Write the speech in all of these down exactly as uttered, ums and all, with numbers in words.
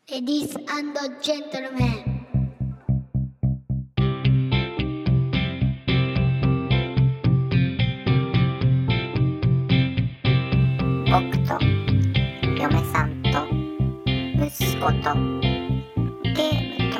Ladies and gentlemen、 僕と嫁さんと息子とゲームと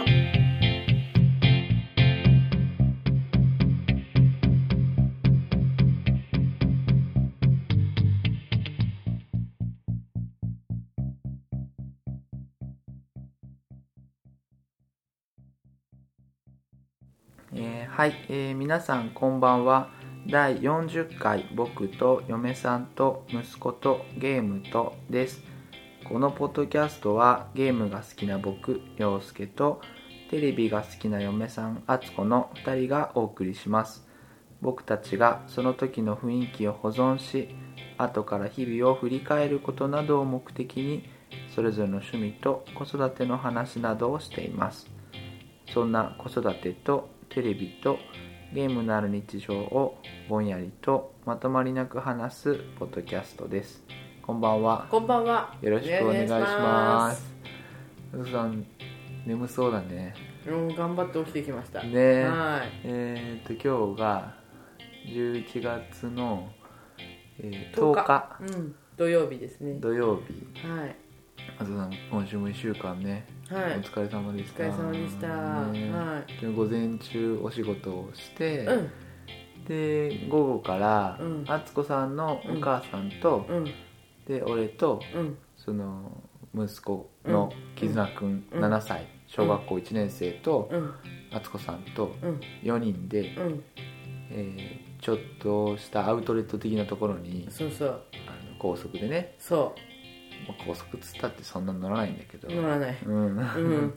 えーはい、えー皆さんこんばんは。だいよんじゅっかい僕と嫁さんと息子とゲームとです。このポッドキャストはゲームが好きな僕陽介とテレビが好きな嫁さん敦子のふたりがお送りします。僕たちがその時の雰囲気を保存し、後から日々を振り返ることなどを目的にそれぞれの趣味と子育ての話などをしています。そんな子育てとテレビとゲームのある日常をぼんやりとまとまりなく話すポッドキャストです。こんばんは。 こんばんは。 よろしくお願いします。うずさん眠そうだね。 もう頑張って起きてきました。 ね。 はい。 えー、と今日がじゅういちがつの、えー、とおか、 うん、土曜日ですね。 土曜日。 はい。 あずさん今週もいっしゅうかんね、 はい、 お疲れ様でした。 お疲れ様でした、ね、 はい、今日午前中お仕事をして、 うん、 で午後から敦子、うん、さんのお母さんと、うん、で俺と、うん、その息子の絆くん、うん、ななさい、小学校いちねん生と敦子、うん、さんとよにんで、うんえー、ちょっとしたアウトレット的なところに、 そうそう、 あの高速でね、 そう高速っつったってそんな乗らないんだけど、 乗らない、うんうん、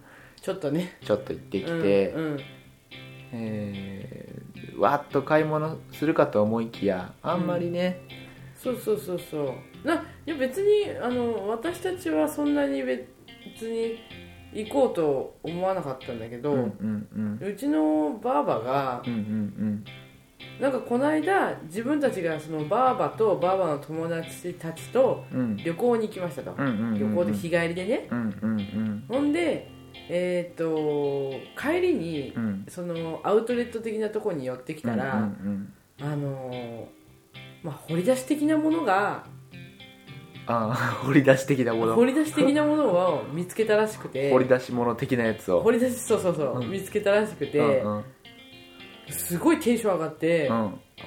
ちょっとねちょっと行ってきて、うんうんえー、わっと買い物するかと思いきやあんまりね、 うん、そうそうそうそうないや別にあの私たちはそんなに別に行こうと思わなかったんだけど、うんうんうん、うちのばあばが、うんうんうんなんかこの間自分たちがそのばあばとばあばの友達たちと旅行に行きましたと、うんうんうんうん、旅行で日帰りでね、うんうんうん、ほんで、えー、と帰りに、うん、そのアウトレット的なところに寄ってきたら、うんうんうん、あのまあ、掘り出し的なものがあ掘り出し的なもの掘り出し的なものを見つけたらしくて掘り出し物的なやつを掘り出しそうそうそう、うん、見つけたらしくて、うんうんすごいテンション上がって、うん、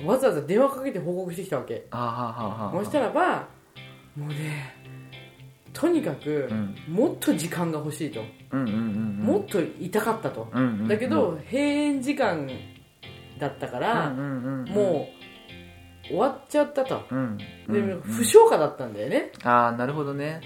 わざわざ電話かけて報告してきたわけ。あはははそしたらばもうねとにかく、うん、もっと時間が欲しいと、うんうんうんうん、もっと痛かったと、うんうんうん、だけど閉園時間だったから、うんうんうんうん、もう終わっちゃったと、うんうんうん、で不消化だったんだよね。 ああなるほどね、 うん、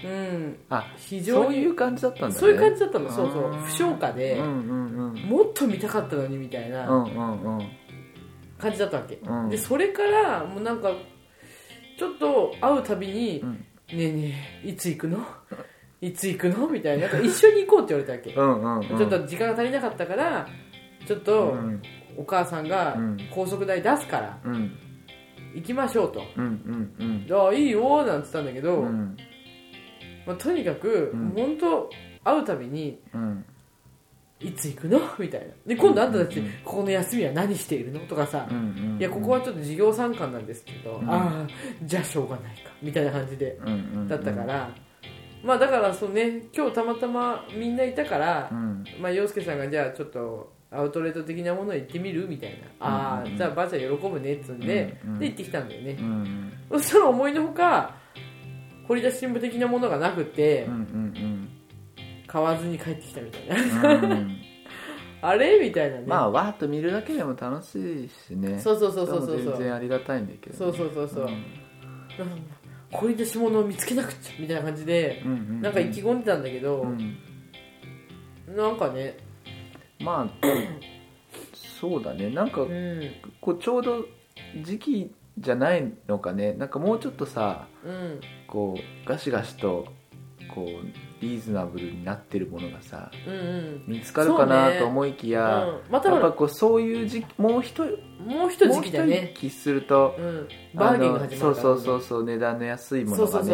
あ非常にそういう感じだったんだね。 そういう感じだったの。そうそう不消化で、うんうんうん、もっと見たかったのにみたいな感じだったわけ、うん、でそれからもうなんかちょっと会うたびに、うん、ねえねえいつ行くのいつ行くのみたいな、 なんか一緒に行こうって言われたわけうんうん、うん、ちょっと時間が足りなかったからちょっとお母さんが高速代出すから、うんうん行きましょうと、うんうんうん、ああいいよなんて言ったんだけど、うんまあ、とにかく、うん、本当会うたびに、うん、いつ行くのみたいなで今度あんたたち、うんうん、ここの休みは何しているのとかさ、うんうんうん、いやここはちょっと事業参観なんですけど、うん、ああじゃあしょうがないかみたいな感じで、うんうんうん、だったからまあだからそうね今日たまたまみんないたから、うんまあ、陽介さんがじゃあちょっとアウトレット的なもの行ってみるみたいな、うんうんうん、ああじゃあばあちゃん喜ぶねっつんで、うんうん、で行ってきたんだよね、うんうん、そしたら思いのほか掘り出し部的なものがなくて、うんうんうん、買わずに帰ってきたみたいな、うん、あれみたいなね。 まあわーっと見るだけでも楽しいしね。 そうそうそうそうそう全然ありがたいんだけど、ね、 そうそうそうそう、うん、掘り出し物を見つけなくちゃみたいな感じで、うんうんうん、なんか意気込んでたんだけど、うん、なんかねまあそうだねなんか、うん、こうちょうど時期じゃないのかね。なんかもうちょっとさ、うん、こうガシガシとこうリーズナブルになってるものがさ、うんうん、見つかるかなと思いきや、ねうんまた、やっぱこうそういう時期もう一もう一時期だね。 もう一息すると、 うん、バーゲンが始まるから、ね、 そうそうそうそう値段の安いものがねそうそうそう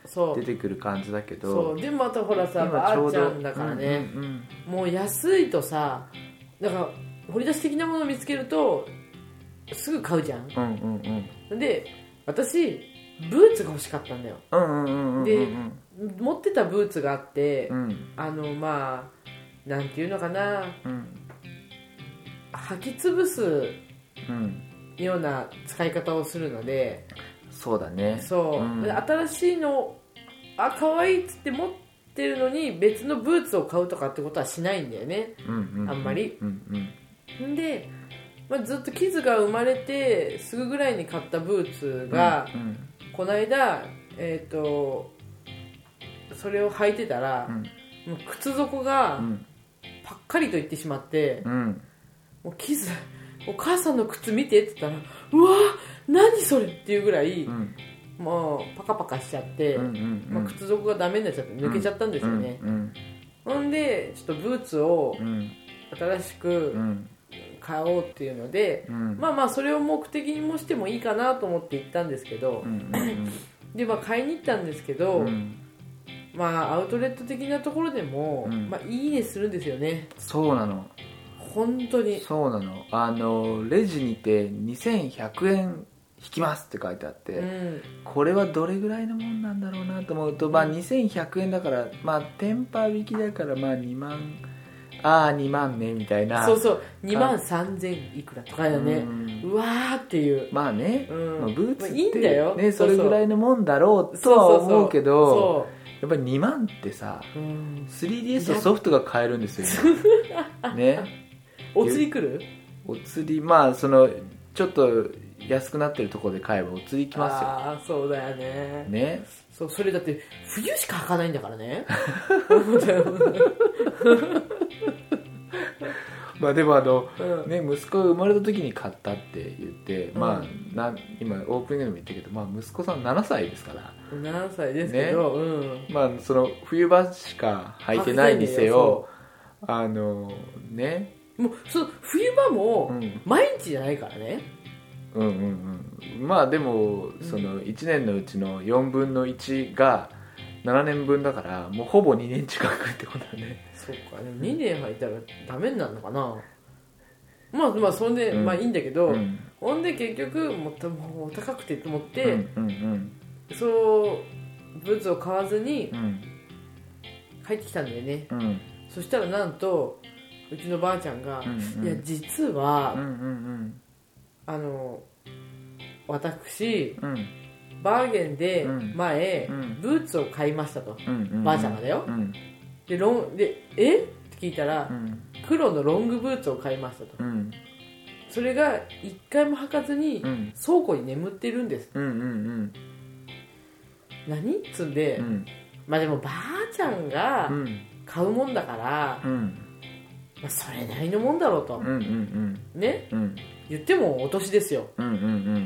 出てくる感じだけど、 そうでもまたほらさばあちゃんだからね、うんうんうん、もう安いとさだから掘り出し的なものを見つけるとすぐ買うじゃん、うんうんうん、で私ブーツが欲しかったんだよ、うんうんうんうん、で持ってたブーツがあって、うん、あのまあなんていうのかな、うん、履き潰すような使い方をするので、 そうだね、 そう、うん、で新しいのあ可愛いっつって持ってるのに別のブーツを買うとかってことはしないんだよね、うんうんうん、あんまり、うんうん、で、まあ、ずっとキズが生まれてすぐぐらいに買ったブーツが、うんうん、この間えっ、ー、とそれを履いてたら、うん、もう靴底がパッカリといってしまって、うん、もうキズお母さんの靴見てって言ったらうわ何それっていうぐらい、うん、もうパカパカしちゃって、うんうんうんまあ、靴底がダメになっちゃって抜けちゃったんですよね、うんうんうん、ほんでちょっとブーツを新しく買おうっていうので、うん、まあまあそれを目的にもしてもいいかなと思って行ったんですけど、うんうんうん、でまあ買いに行ったんですけど、うん、まあアウトレット的なところでも、うんまあ、いいねするんですよね。 そうなの本当にそうなの。あのレジにてにせんひゃくえん引きますって書いてあって、うん、これはどれぐらいのもんなんだろうなと思うと、まあ、にせんひゃくえんだから、まあ、店舗引きだからまあにまんああにまんねみたいな、 そうそうにまんさんぜんいくらとかだよね、うん、うわーっていうまあね、うんまあ、ブーツって、ね、 いいんだよ、 それぐらいのもんだろうとは思うけど、そうそうそうやっぱりにまんってさ、うん、スリーディーエス のソフトが買えるんですよねお釣り来る？ お釣りまあそのちょっと安くなってるところで買えばお釣り来ますよ。 ああそうだよね。 ね。 そうそれだって冬しか履かないんだからね。 まあでもあの、うん、ね息子が生まれた時に買ったって言って、うん、まあな今オープニングでも言ったけど、まあ息子さんななさいですから。 ななさいですけど、ねうん、 まあその冬場しか履いてないにせよ、あのね。 もうその冬場も毎日じゃないからね、 うん、うんうんうんまあでもそのいちねんのうちのよんぶんのいちがななねんぶんだからもうほぼにねん近くってことだね。 そうかねにねん履いたらダメになるのかな。まあまあそんで、うん、まあいいんだけど、うん、ほんで結局もうもう高くてと思って、うんうんうん、そうブーツを買わずに帰ってきたんだよね、うん、そしたらなんとうちのばあちゃんが、うんうん、いや実は、うんうんうん、あの私、うん、バーゲンで前、うん、ブーツを買いましたと、うんうんうん、ばあちゃんがだよ、うん、でロンでえって聞いたら、うん、黒のロングブーツを買いましたと、うん、それが一回も履かずに、うん、倉庫に眠ってるんです、うんうんうん、何っつんで、うん、まあでもばあちゃんが買うもんだから、うんまあ、それなりのもんだろうと、うんうんうん、ね、うん、言ってもお年ですよ、うんうんうん、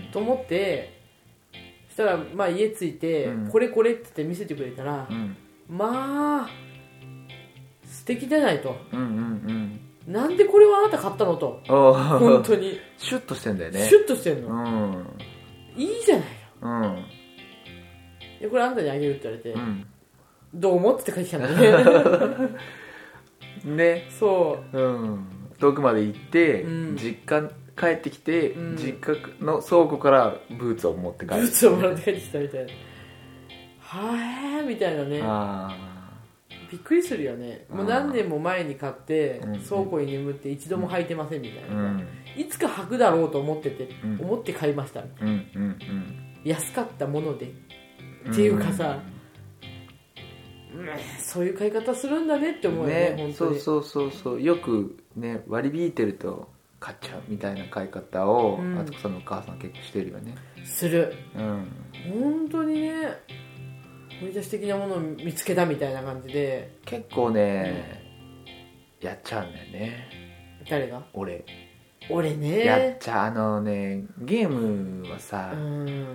と思ってそしたらまあ家着いて、うん、これこれって言って見せてくれたら、うん、まあ素敵じゃないと、うんうんうん、なんでこれはあなた買ったのと本当にシュッとしてんだよね。 シュッとしてんの、うん、いいじゃないよ、うん、でこれあんたにあげるって言われて、うん、どう思って帰ってきたんだねね、 そう、 うん、遠くまで行って、うん、実家帰ってきて、うん、実家の倉庫からブーツを持って帰って、 ブーツをもらって帰ってきたみたいなはぁーみたいなね。あびっくりするよね。もう何年も前に買って倉庫に眠って一度も履いてませんみたいな、うん、いつか履くだろうと思ってて、うん、思って買いましたみたいな、うんうんうん、安かったものでっていうかさ、うん、そういう買い方するんだねって思うよね、 ね、本当に。そうそうそうそうよくね割り引いてると買っちゃうみたいな買い方を、うん、あつこさんのお母さん結構してるよね。 する、うん、本当にね掘り出し的なものを見つけたみたいな感じで結構ね、うん、やっちゃうんだよね。 誰が？ 俺俺ねやっちゃう。あのねゲームはさ、うん、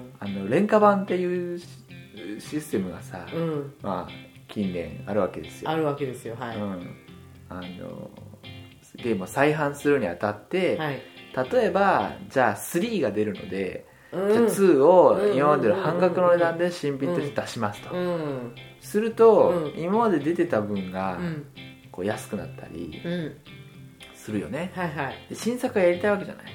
あの廉価版っていうシステムがさ、うん、まあ近年あるわけですよ。 あるわけですよ、はい、うん、 あのゲームを再販するにあたって、はい、例えばじゃあスリーが出るので、 うん、 じゃあツーを今までの半額の値段で新品として出しますと、 うんうん、 すると、 うん、 今まで出てた分が、 うん、 こう安くなったりするよね、 はいはい、 で新作はやりたいわけじゃない、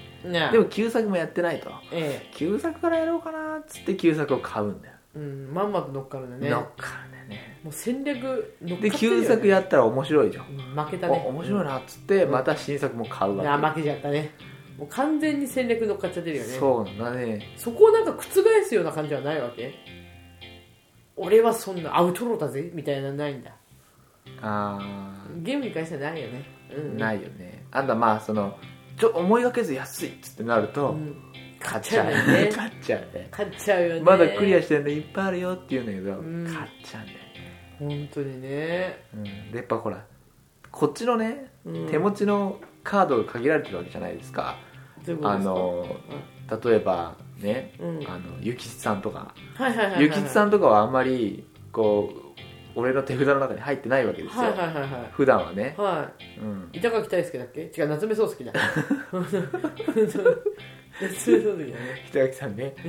ね、でも旧作もやってないと、ええ、旧作からやろうかなっつって旧作を買うんだよ、 うん、まんまと乗っかるんだよね、 乗っかるんだよね、 もう戦略乗っかってるよね、 で旧作やったら面白いじゃん、 うん、負けたね、 面白いなっつって、うん、また新作も買うわけ、 あ負けちゃったね、もう完全に戦略乗っかっちゃってるよね、 そうなんだね、 そこをなんか覆すような感じはないわけ、俺はそんなアウトローだぜみたいなのないんだ、 あゲームに関してはないよね、 うん、ないよね、あんたまあそのちょ思いがけず安いっつってなると、うん、買っちゃうよね買っちゃうね買っちゃうよね、 まだクリアしてるのいっぱいあるよって言うんだけど、うん、買っちゃうんだよね本当にね、 うん、でやっぱほらこっちのね、うん、手持ちのカードが限られてるわけじゃないですか、あの、うん、例えばね、うん、あのゆきちさんとか、 はいはいはいはいはい、 ゆきちさんとかはあんまりこう俺の手札の中に入ってないわけですよ、 はいはいはいはい、 普段はね、 はい、うん、板垣大輔だっけ、違う夏目漱石だ夏目漱石だね、 板垣さんね、うん、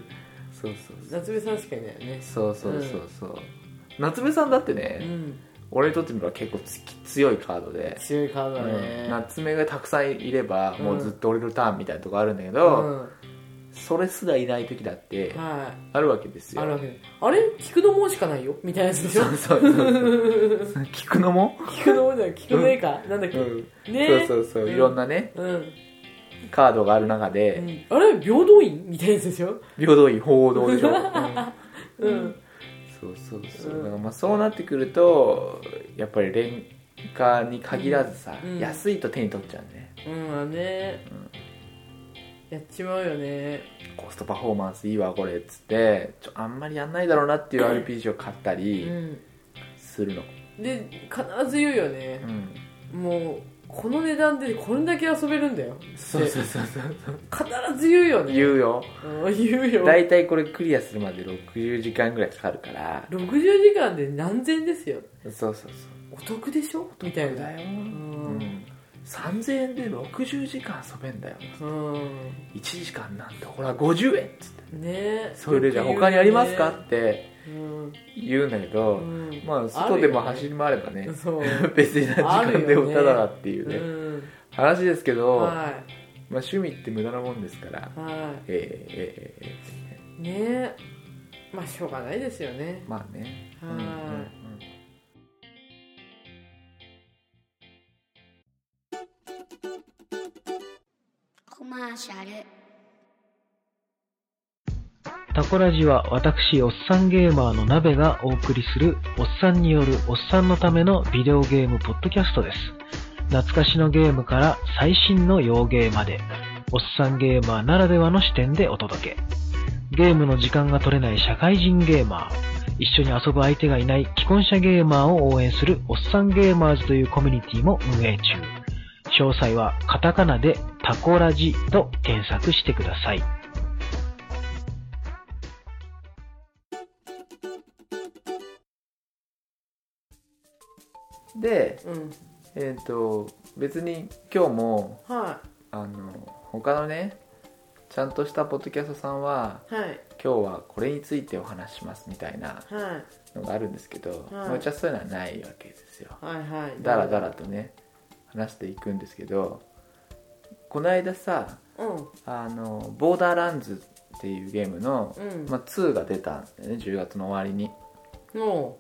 そうそうそう夏目さんしかいないよね、 そうそうそうそう、うん、夏目さんだってね、うん、俺にとってみれば結構強いカードで、 強いカードだね、 うん、夏目がたくさんいれば、もうずっと俺のターンみたいなとこあるんだけど、うん、それすらいない時だってあるわけですよ、 はい、あるわけ、あれ菊の門しかないよみたいなやつでしょ、 そうそうそうそう菊の門菊の門じゃない、菊の絵か、うん、なんだっけ、うんね、そうそうそう、いろんなね、うん、カードがある中で、 うん、あれ平等院みたいなやつでしょ、 平等院報道でしょ、 うん、うん、 そうそうそう、だからまあそうなってくるとやっぱり廉価に限らずさ、うん、安いと手に取っちゃうね、 うんね、うん、やっちまうよね、 コストパフォーマンスいいわこれっつってちょあんまりやんないだろうなっていう アールピージー を買ったりするの、 うん、で必ず言うよね、うん、もうこの値段でこれだけ遊べるんだよ、 そうそうそうそう、 必ず言うよね、 言うよ、 うん、言うよ、 だいたいこれクリアするまでろくじゅうじかんぐらいかかるから、 ろくじゅうじかんで何千ですよ、 そうそうそう、 お得でしょみたいな、 だよ、うん、さんぜんえんでろくじゅうじかん遊べんだよ、うん、いちじかんなんてほらごじゅうえんっつってね、それじゃ他にありますかって言うんだけど、うん、まあ外でも走り回ればね、別に何時間でもただだっていうね、うん、話ですけど、はい、まあ趣味って無駄なもんですから、はい、えー、えー、えー、ね、まあしょうがないですよね、 まあね、はい、うんうんうん、 コマーシャル。 タコラジは私、おっさんゲーマーの鍋がお送りするおっさんによるおっさんのためのビデオゲームポッドキャストです。懐かしのゲームから最新の洋ゲーまで、おっさんゲーマーならではの視点でお届け。ゲームの時間が取れない社会人ゲーマー、一緒に遊ぶ相手がいない既婚者ゲーマーを応援するおっさんゲーマーズというコミュニティも運営中。詳細はカタカナでタコラジと検索してください。 で、うん、えっと別に今日も、はい、あの他のねちゃんとしたポッドキャストさんは、はい、今日はこれについてお話しますみたいなのがあるんですけど、はい、うちはそういうのはないわけですよ、はいはい、だらだらとね話していくんですけど、この間さ、うん、あのボーダーランズっていうゲームの、うんまあ、ツーが出たんだよね、じゅうがつの終わりに、うん、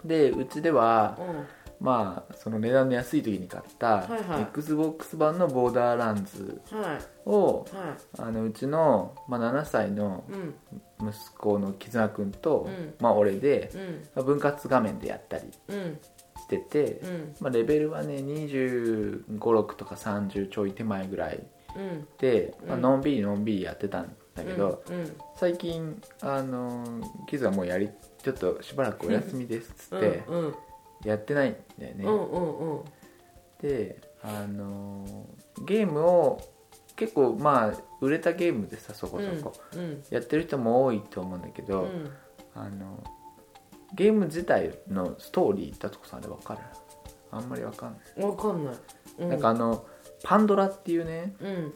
でうちでは、うんまあ、その値段の安い時に買った、はいはい、Xbox 版のボーダーランズを、はいはい、あのうちの、まあ、ななさいの息子の絆くんと、うんまあ、俺で、うんまあ、分割画面でやったりしてて、うんまあ、レベルはねにじゅうご、ろくとかさんじゅうちょい手前ぐらいで、うんまあのんびりのんびりやってたんだけど、うんうん、最近あのキズはもうやりちょっとしばらくお休みですっつって、うんうんやってないんだよね、うんうんうん、であのゲームを結構まあ売れたゲームでさそこそこ、うんうん、やってる人も多いと思うんだけど、うん、あのゲーム自体のストーリーだとこさんで分かる？あんまり分かんない分かんない、 うん、なんかあのパンドラっていうね、うん、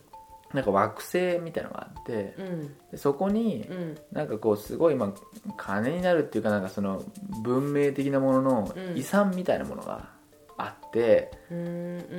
なんか惑星みたいなのがあって、 うん、 でそこに、うん、なんかこうすごい、まあ、金になるっていうか、なんかその文明的なものの遺産みたいなものがあって、うん、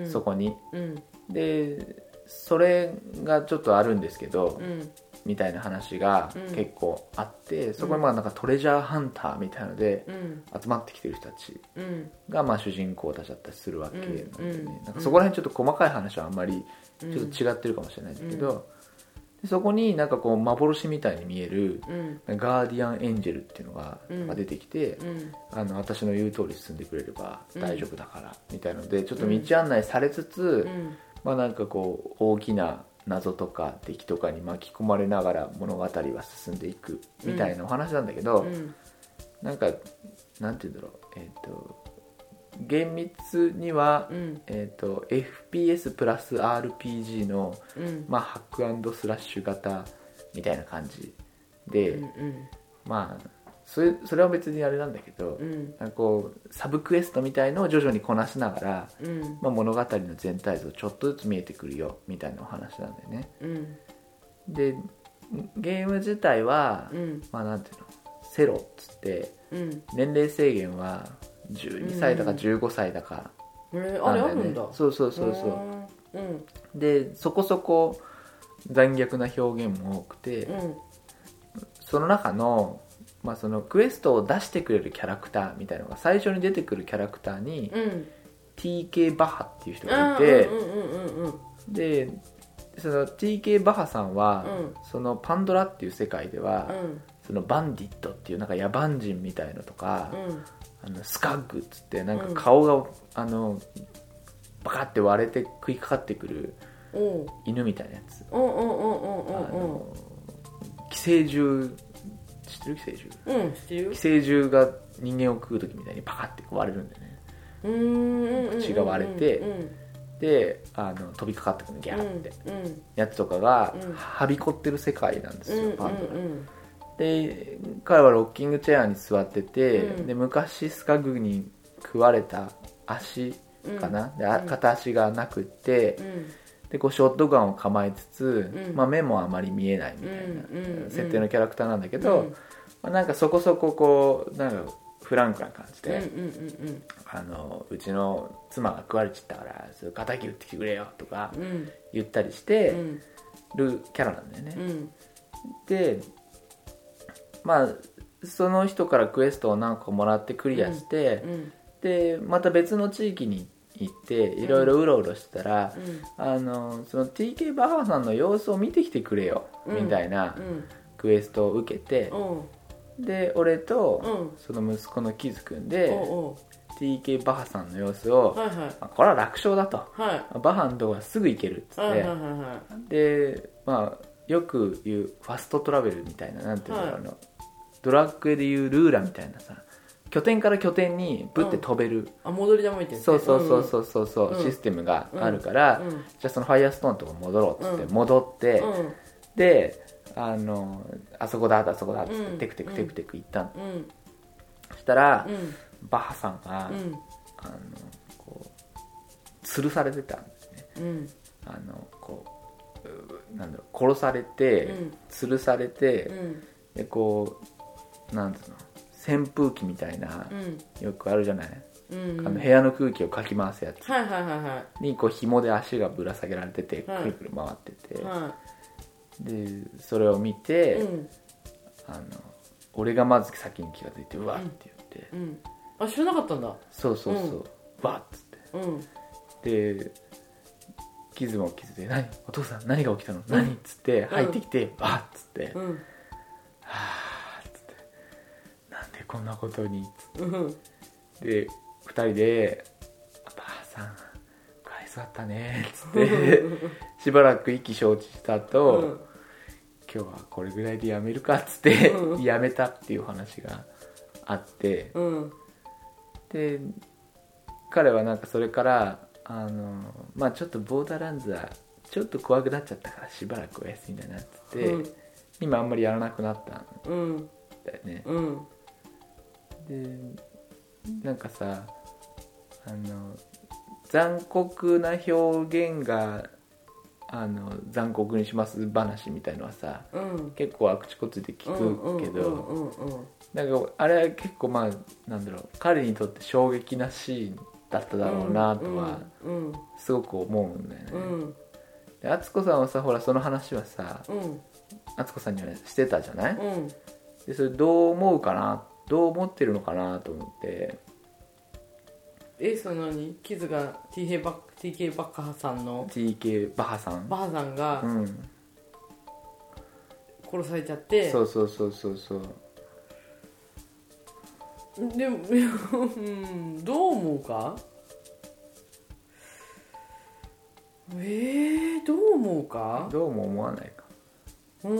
そこに、うん、でそれがちょっとあるんですけど、うん、みたいな話が結構あって、うん、そこにまあなんかトレジャーハンターみたいなので集まってきてる人たちがまあ主人公たちだったりするわけなんでね、なんかそこら辺ちょっと細かい話はあんまりちょっと違ってるかもしれないですけど、でそこになんかこう幻みたいに見えるガーディアンエンジェルっていうのが出てきて、あの私の言う通り進んでくれれば大丈夫だからみたいなのでちょっと道案内されつつ、まあなんかこう大きな謎とか敵とかに巻き込まれながら物語は進んでいくみたいなお話なんだけど、なんかなんて言うんだろう、えっと厳密には、うん、えーと、エフピーエス プラス アールピージー の、うんまあ、ハック&スラッシュ型みたいな感じで、うんうん、まあそれ、それは別にあれなんだけど、うん、なんかこうサブクエストみたいのを徐々にこなしながら、うんまあ、物語の全体像ちょっとずつ見えてくるよみたいなお話なんだよね、うん、でゲーム自体は、うん、まあなんていうのセロっつって、うん、年齢制限はじゅうにさいだかじゅうごさいだかなんだよね、うん、あれあるんだ。 そうそうそうそう、うん、でそこそこ残虐な表現も多くて、うん、その中の、まあ、そのクエストを出してくれるキャラクターみたいなのが最初に出てくるキャラクターに、うん、ティーケー バハっていう人がいて、でその ティーケー バハさんは、うん、そのパンドラっていう世界では、うん、そのバンディットっていうなんか野蛮人みたいのとか、うんあのスカッグっつってなんか顔が、うん、あのバカって割れて食いかかってくる犬みたいなやつ、寄生獣知ってる寄生獣、 うん、知ってるよ。 寄生獣が人間を食う時みたいにパカって割れるんだよね。うーん口が割れて、うん、であの飛びかかってくるギャーって、うん、やつとかが、うん、はびこってる世界なんですよ、うん、パンドラ、うんうんで彼はロッキングチェアに座ってて、うん、で昔スカグに食われた足かな、うん、で片足がなくって、うん、でこうショットガンを構えつつ、うんまあ、目もあまり見えないみたいな設定のキャラクターなんだけど、うんまあ、なんかそこそここうなんかフランクな感じで、うんうんうんうん、あのうちの妻が食われちゃったからそれ敵撃ってきてくれよとか言ったりしてるキャラなんだよね、うん、でまあその人からクエストを何個もらってクリアして、うんうん、でまた別の地域に行っていろいろうろうろしてたら、うん、あのその ティーケー バハさんの様子を見てきてくれよ、うん、みたいなクエストを受けて、うん、で俺とその息子のキズくんで、うん、ティーケー バハさんの様子を、はいはいまあ、これは楽勝だと、はい、バハのとこはすぐ行けるっつって、はいはいはいはい、でまあよく言うファストトラベルみたいななんていうんだろうな、はいドラッグエでいうルーラみたいなさ拠点から拠点にブッて飛べる、うん、 あ戻り玉みたいなそうそうそうそうそうそう、うん、システムがあるから、うん、じゃあそのファイアストーンのとこ戻ろうっつって戻って、うん、であのあそこだあそこだっつってテクテクテクテク行ったの、うん、そしたら、うん、バッハさんが、うん、あのこう吊るされてたんですね、うん、あのこうなんだろう殺されて、うん、吊るされて、うんでこうなんつうの扇風機みたいな、うん、よくあるじゃない、うんうん、あの部屋の空気をかき回すやつ、はいはいはいはい、にこう紐で足がぶら下げられてて、はい、くるくる回ってて、はい、でそれを見て、うん、あの俺がまず先に気が付いてうわって言って、うんうん、 あ知らなかったんだそうそうそう、うん、わっつって、うん、でキズもキズで何お父さん何が起きたの、うん、何っつって入ってきてわ、うん、っつって、うんはぁっつってなんでこんなことにっつって、うん、でふたりでばあさんかわいそうだったねっつってしばらく意気消沈した後、うん、今日はこれぐらいでやめるかっつって、うん、やめたっていう話があって、うん、で彼はなんかそれからあのまあちょっとボーダーランズはちょっと怖くなっちゃったからしばらくお休みだなっつって、うん今あんまりやらなくなったんだよね、うん、でなんかさあの残酷な表現があの残酷にします話みたいのはさ、 うん、 結構あちこちで聞くけど、なんかあれは結構まあなんだろう、彼にとって衝撃なシーンだっただろうなとはすごく思うんだよね、うん、で敦子さんはさ、ほらその話はさ、うん、敦子さんにはしてたじゃない、うん、でそれどう思うかな、どう思ってるのかなと思って。 え、その何キズが ティーケー バッティーケー バッカハさんのティーケー バハさんバハさんが殺されちゃって、うん、 そうそうそうそうそうでも、うん、どう思うか、えー、どう思うか、 どうも思わないか、 うん、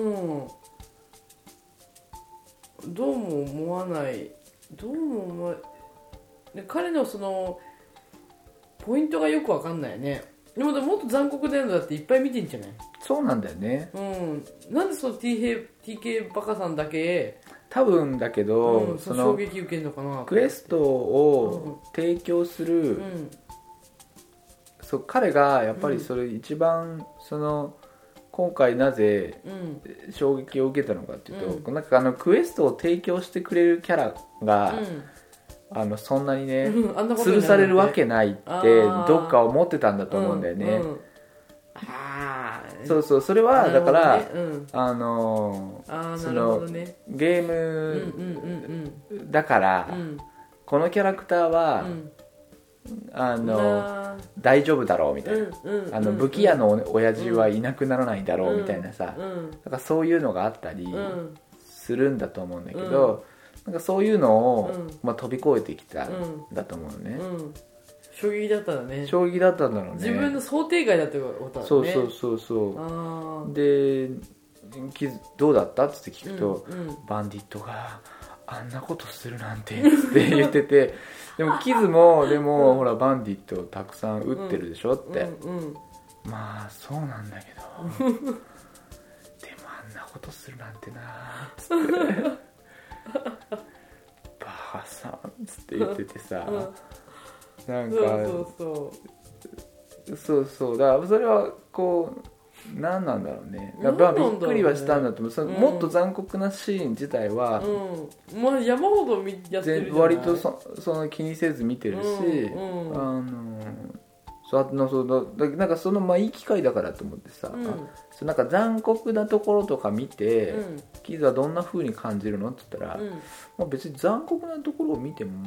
どうも思わない、どうも思わないで、彼のそのポイントがよく分かんないよね。でももっと残酷なのだっていっぱい見てんじゃない。 そうなんだよね、 うん、なんでその ティーケー バカさんだけ多分だけど、 うん、その衝撃受けるのかな。 クエストを提供する、うん、そう彼がやっぱりそれ一番その今回なぜ衝撃を受けたのかっていうと、うん、なんかあのクエストを提供してくれるキャラが、うんあのそんなにね、うん、吊るされるわけないってどっか思ってたんだと思うんだよね、うんうん、あそうそう、それはだから、ねうん、あのー、その、ね、ゲームだから、うんうんうん、このキャラクターは、うん、あの大丈夫だろうみたいな、うんうん、あの武器屋の親父はいなくならないだろうみたいなさ、うん、だからそういうのがあったりするんだと思うんだけど、うんなんかそういうのを、うんまあ、飛び越えてきたんだと思うね、うんうん、 衝撃だったんだね。 衝撃だったんだろうね。 自分の想定外だったことだね。 そうそうそうそうでどうだったって聞くと、うんうん、バンディットがあんなことするなんてって言っててでもキズもでも、うん、ほらバンディットをたくさん撃ってるでしょって、うんうんうん、まあそうなんだけどでもあんなことするなんてなつってバーさんつって言っててさ、うん、なんかそうそうそうそうそうだからそれはこう何なんだろうね。だからびっくりはしたんだと思う。そのもっと残酷なシーン自体は、 うん、まあ山ほどやってるじゃない。 割と そ, その気にせず見てるし、うんうん、あのそうのそうだなんかそのまあいい機会だからと思ってさ、うん、そなんか残酷なところとか見て、うん、キズはどんな風に感じるのって言ったら、うんまあ、別に残酷なところを見ても、うん、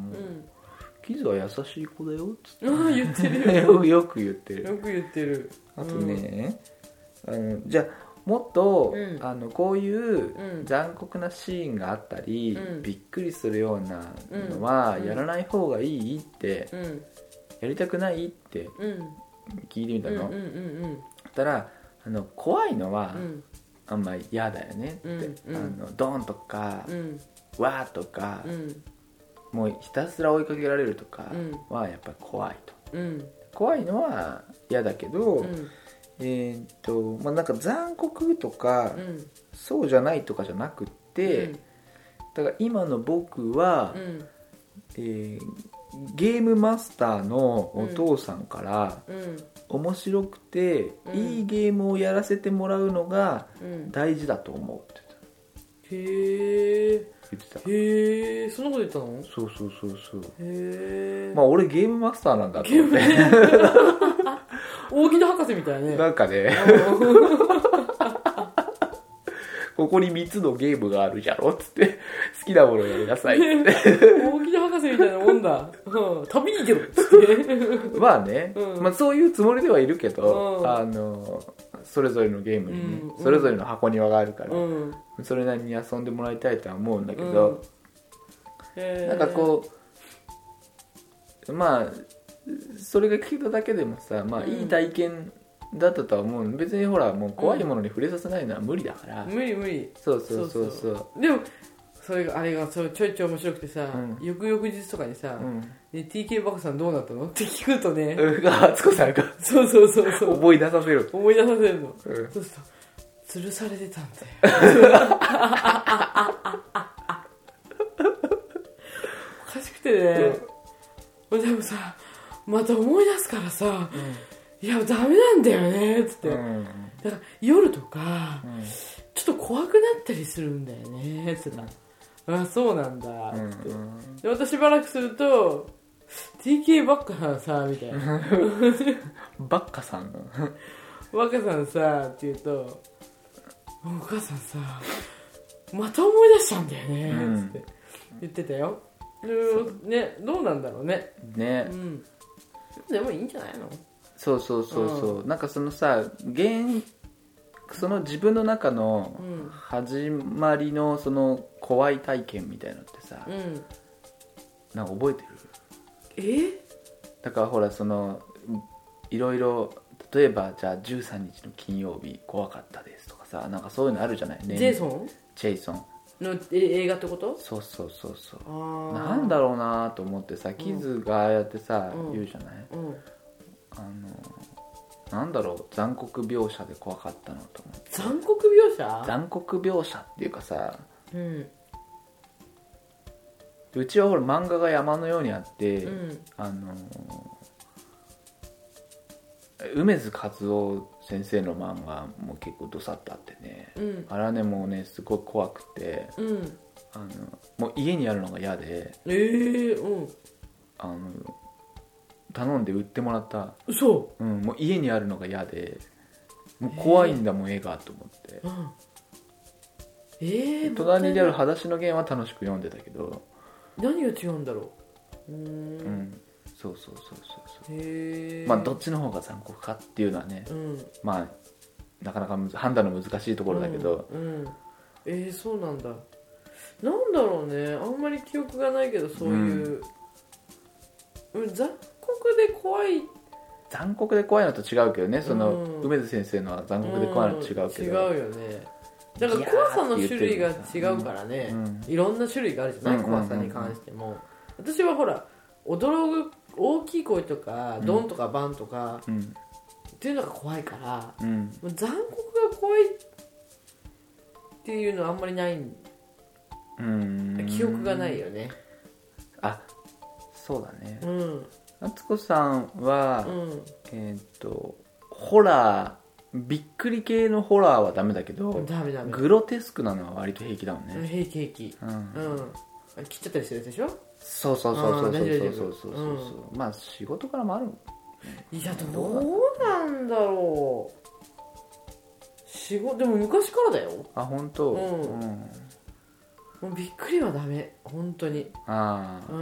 キズは優しい子だよって言って、言ってるよよく言ってるよく言ってる。 あとね、うん、あのじゃあもっと、うん、あのこういう残酷なシーンがあったり、うん、びっくりするようなのはやらない方がいいって、うんやりたくないって聞いてみたの。そしたらあの怖いのはあんまり嫌だよねって、うんうん、あのドーンとか、うん、わーとか、うん、もうひたすら追いかけられるとかはやっぱり怖いと、うん、怖いのは嫌だけど、うん、えーっとまあ、なんか残酷とか、うん、そうじゃないとかじゃなくって、うん、だから今の僕は、うんえーゲームマスターのお父さんから、うん、面白くて、うん、いいゲームをやらせてもらうのが大事だと思うって言ってた、うん、へえ言ってたへえそんなこと言ったの。 そうそうそうそうへえまあ俺ゲームマスターなんだと思って大木戸博士みたいねなんかねここにみっつのゲームがあるじゃろっつって好きなものをやりなさいって大木戸博士みたいなもんだ、うん、旅に行けろっつってまあね、うんまあ、そういうつもりではいるけど、うん、あのそれぞれのゲームにね、うん、それぞれの箱庭があるから、うん、それなりに遊んでもらいたいとは思うんだけど、うん、なんかこうまあそれが聞いただけでもさ、まあ、いい体験だったとは思う。別にほらもう怖いものに触れさせないのは無理だから、 うん、無理無理そうそうそうそうでもそれがあれがそうちょいちょい面白くてさ、うん、翌々日とかにさ、うん、で ティーケー バカさんどうなったのって聞くとねあつこさんがそうそうそうそう思い出させる思い出させるの、うん、そうすると吊るされてたんだよおかしくてね、うん、でもさまた思い出すからさ、うんいやダメなんだよねっつって、 うん、 だから夜とか、 うん、 ちょっと怖くなったりするんだよねっつってた、うん、あそうなんだっつって、うんうん、でまたしばらくすると ティーケー ばっかさんさみたいなばっかさんばっかさんさって言うとお母さんさまた思い出したんだよね、うん、って言ってたよ。ね、どうなんだろうね。 ね、 うん、でもいいんじゃないの。 そうそうそうそう、うん、なんかそのさ現その自分の中の始まりのその怖い体験みたいなのってさ、うん、なんか覚えてる？ え？ だからほらそのいろいろ例えばじゃあじゅうさんにちの金曜日怖かったですとかさ、なんかそういうのあるじゃないね。 ジェイソン？ ジェイソンの映画ってこと？そうそうそうそう。なんだろうなと思ってさ、キズがああやってさ、 うん、 言うじゃない、うん、あのなんだろう、残酷描写で怖かったのと思って。 残酷描写？ 残酷描写っていうかさ、 うん、 うちはほら漫画が山のようにあって、うん、あの梅津和夫先生の漫画も結構どさっとあってね、うん、あれはねもうねすごい怖くて、うん、あのもう家にあるのが嫌で、 えーうん、 あの頼んで売ってもらった。 嘘、 うん、もう家にあるのが嫌でもう怖いんだもん、えー、絵がと思って、うんえー、 隣にある裸足の弦は楽しく読んでたけど、 何が違うんだろう。うーん、 うんそうそうそうそうへー、 まあどっちの方が残酷かっていうのはね、うん、まあなかなか判断の難しいところだけど、 うんうん、えー、そうなんだ。なんだろうね、あんまり記憶がないけどそういう、うん、残酷で怖い残酷で怖いのと違うけどね、その、うん、梅津先生のは残酷で怖いのと違うけど、 うん、違うよね。だから怖さの種類が違うからね、うん、いろんな種類があるじゃない、うん、怖さに関しても。私はほら驚く大きい声とか、うん、ドンとかバンとか、うん、っていうのが怖いから、うん、残酷が怖いっていうのはあんまりない、うん、記憶がないよね。 あ、そうだね。夏子さんは、うん、えー、っとホラーびっくり系のホラーはダメだけど、 ダメダメ、 グロテスクなのは割と平気だもんね。 平気平気、うんうん、切っちゃったりするやつでしょ。 そうそうそうそうそうそうそうそう、うん、まあ仕事からもある。 いやどうなんだろう、仕事でも昔からだよ。 あ、本当。うん、うん、 もうびっくりはダメ本当に。ああ、うん、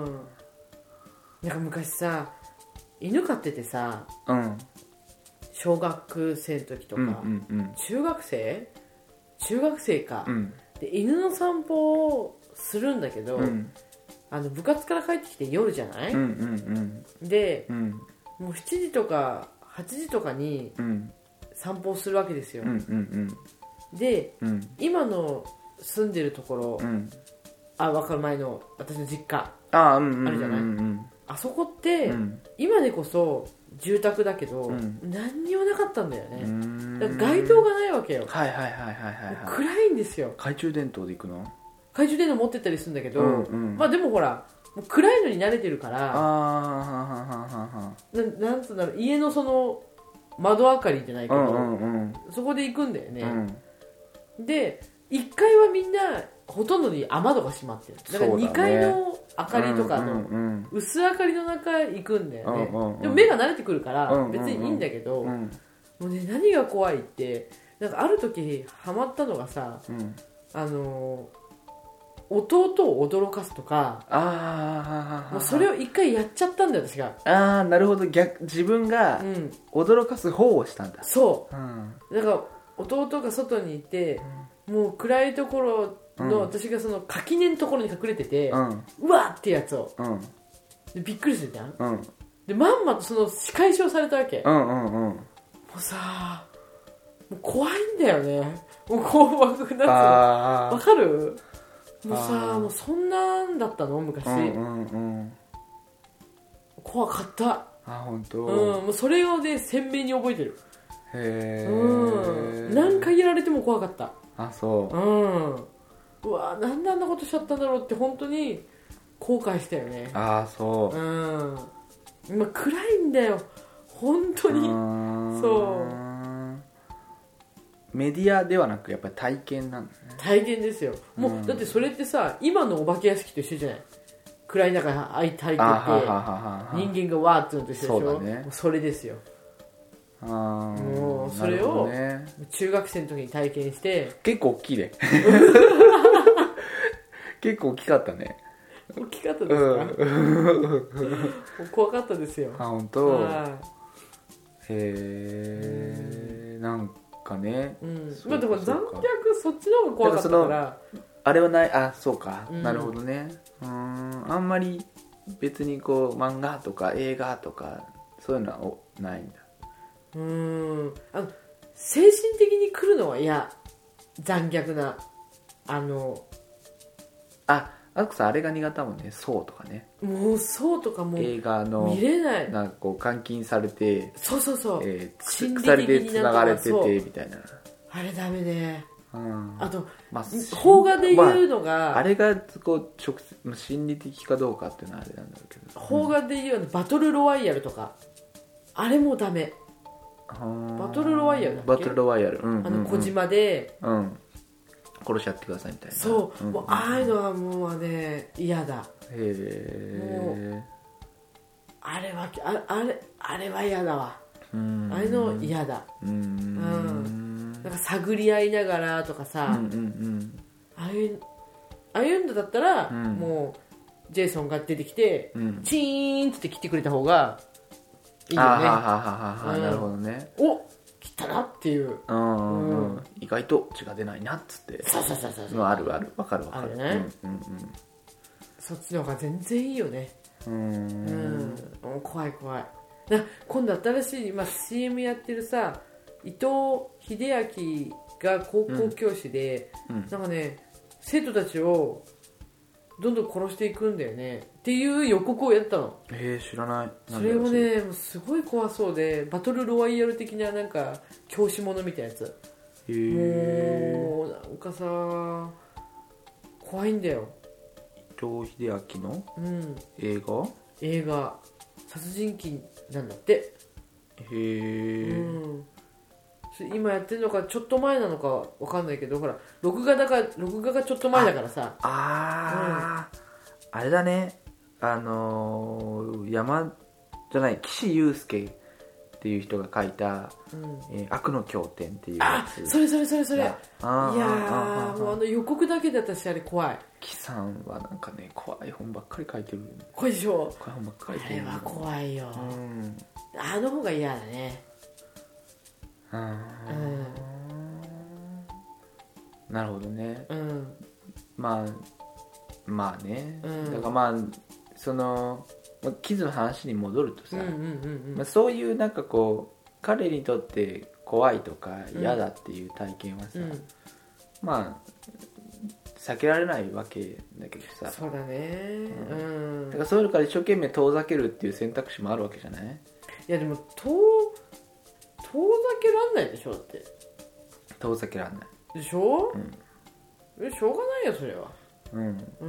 なんか昔さ犬飼っててさ、うん、小学生の時とか、うんうんうん、中学生中学生か、うん、で犬の散歩をするんだけど、うん、あの部活から帰ってきて夜じゃない、うんうんうん、で、うん、もうしちじとかはちじとかに散歩をするわけですよ、うんうんうん、で、うん、今の住んでるところ、うん、あ、分かる前の私の実家 あ,、うんうんうんうん、あるじゃない、あそこって、うん、今でこそ住宅だけど、うん、何にもなかったんだよね。だから街灯がないわけよ。 はいはいはいはいはい、はい、 暗いんですよ。 懐中電灯で行くの？ 懐中電灯持ってったりするんだけど、うんうん、まあでもほらもう暗いのに慣れてるから、あな, なんつうんだろう、家のその窓明かりじゃないけど、うんうんうん、そこで行くんだよね、うん、でいっかいはみんなほとんどに雨戸が閉まってる。だからにかいの明かりとかの薄明かりの中行くんだよね、うんうんうん、でも目が慣れてくるから別にいいんだけど、うんうんうん、もうね何が怖いってなんかある時ハマったのがさ、うん、あの弟を驚かすとか、あもうそれを一回やっちゃったんだよ私が。 ああなるほど、逆自分が驚かす方をしたんだ、うん、 そう、うん、だから弟が外にいて、うん、もう暗いところの、うん、私がその垣根のところに隠れてて、うん、うわーってやつを、うん、でびっくりするじゃん、うん、でまんまとその仕返しをされたわけ、うんうんうん、もうさもう怖いんだよね、もう怖くなってわかる。もうさもうそんなんだったの昔、うんうんうん、怖かった。 あ本当、 うん、もうそれをね鮮明に覚えてる。へえ、うん、何回やられても怖かった。 あそう、 うん、うわなんであんなことしちゃったんだろうって本当に後悔したよね。 あそう、 うん、今暗いんだよ本当にそうメディアではなくやっぱり体験なんだね。 体験ですよもう、うん、だってそれってさ今のお化け屋敷と一緒じゃない。暗い中に入ってて人間がわーってのと一緒でしょ。そうだね、もうそれですよ。あもうそれを中学生の時に体験して、 結構大きいね結構大きかったね。 大きかったですか、うん、怖かったですよ。 あ本当。へえなんかね、 うん、まあでも残虐そっちの方が怖かったからあれはない。あそうか、うん、なるほどね。うーんあんまり別にこう漫画とか映画とかそういうのはないんだ。 うーんあの精神的に来るのは嫌。残虐なあのああこさんあれが苦手だもんね。そうとかね。 もうそうとかも映画の見れない。 なんかこう監禁されてそうそうそう、 えー、鎖でつながれててみたいな。 あれダメね。うん、あと、まあ、 邦画で言うのが、 まあ、あれがこう直接心理的かどうかっていうのはあれなんだろうけど、 邦画で言うのバトルロワイヤルとかあれもダメ。バトルロワイヤルだっけ。 バトルロワイヤル、うんうんうん、 あの小島で、 うん、殺し合ってくださいみたいな。 そう、うんうん、もうああいうのはもうね嫌だ。 へえ。 あれはああれあれは嫌だわ。うんあれの嫌だ。うんうんなんか探り合いながらとかさ、うんうんうん、ああいうああいうのだったら、うん、もうジェイソンが出てきて、うん、チーンって切ってくれた方がいいよね。あはははは、うん、 なるほどね。 お切ったなっていう、うんうんうん、意外と血が出ないなっつってそうそうそうそうのあるあるわかるわかる、 ねうんうんうん、そっちの方が全然いいよね。うんうん怖い怖いな。今度新しい、今 シーエム やってるさ伊藤英明が高校教師で、うん、なんかね生徒たちをどんどん殺していくんだよねっていう予告をやったの。 えー、知らない。 それもねもうすごい怖そうでバトルロワイヤル的ななんか教師ものみたいなやつ。へーもうなんかさ怖いんだよ。 伊藤英明の、うん、映画映画殺人鬼なんだって。へえ、うん今やってるのかちょっと前なのか分かんないけどほら録画だから録画がちょっと前だからさああ、うん、あれだねあのー、山じゃない岸優介っていう人が書いた、うんえー、悪の経典っていうやつ。 あそれそれそれそれいやーもうあの予告だけで私あれ怖い。 岸さんはなんかね怖い本ばっかり書いてる。 怖いでしょ。 怖い本ばっかり書いてる。 あれは怖いよ、うん、あの方が嫌だね。 うん、なるほどね、うん、まあまあね、うん、だからまあそのキズの話に戻るとさ、うんうんうんうんまあ、そういうなんかこう彼にとって怖いとか嫌だっていう体験はさ、うん、まあ避けられないわけだけどさ。 そうだね、 うん、だからそういうのから一生懸命遠ざけるっていう選択肢もあるわけじゃない。 いやでも遠遠ざけらんないでしょ。だって遠ざけらんないでしょ、うん、えしょうがないよそれは。うん、うん、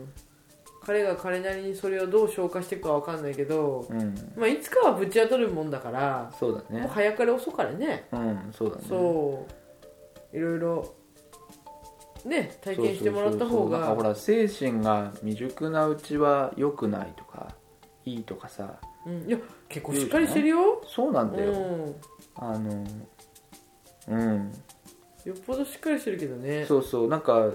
彼が彼なりにそれをどう消化していくかわかんないけど、うんまあ、いつかはぶち当たるもんだから。 そうだね。 もう早かれ遅かれね。 うんそうだね。 そういろいろね体験してもらった方が。そうそうそうそう。なんかほら精神が未熟なうちは良くないとかいいとかさ、 うん、いや結構しっかりしてるよ。 そうなんだよ、うん、あのうんよっぽどしっかりしてるけどね。 そうそうなんか、うん、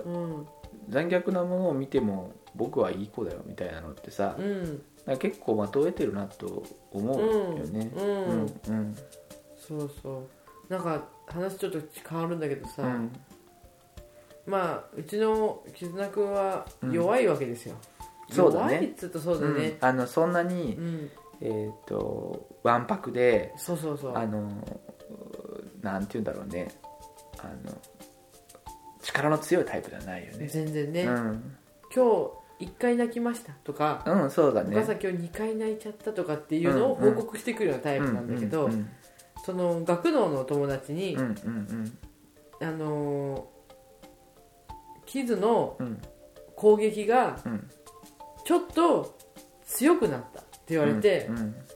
残虐なものを見ても僕はいい子だよみたいなのってさ、うん、なんか結構まとえてるなと思うよね。うんうん、うんうん、 そうそうなんか話ちょっと変わるんだけどさ、うん、まあうちの絆くんは弱いわけですよ、うん、そうだね。弱いっつうとそうだね、 うん、あのそんなに、うんえー、とわんぱくでそうそうそうあのなんて言うんだろうねあの力の強いタイプではないよね全然ね、うん、今日いっかい泣きましたとか、 うんそうだね、 お母さん今日にかい泣いちゃったとかっていうのを報告してくるようなタイプなんだけど、うんうん、その学童の友達に、うんうんうん、あのキズの攻撃がちょっと強くなったって言われて、うんうん、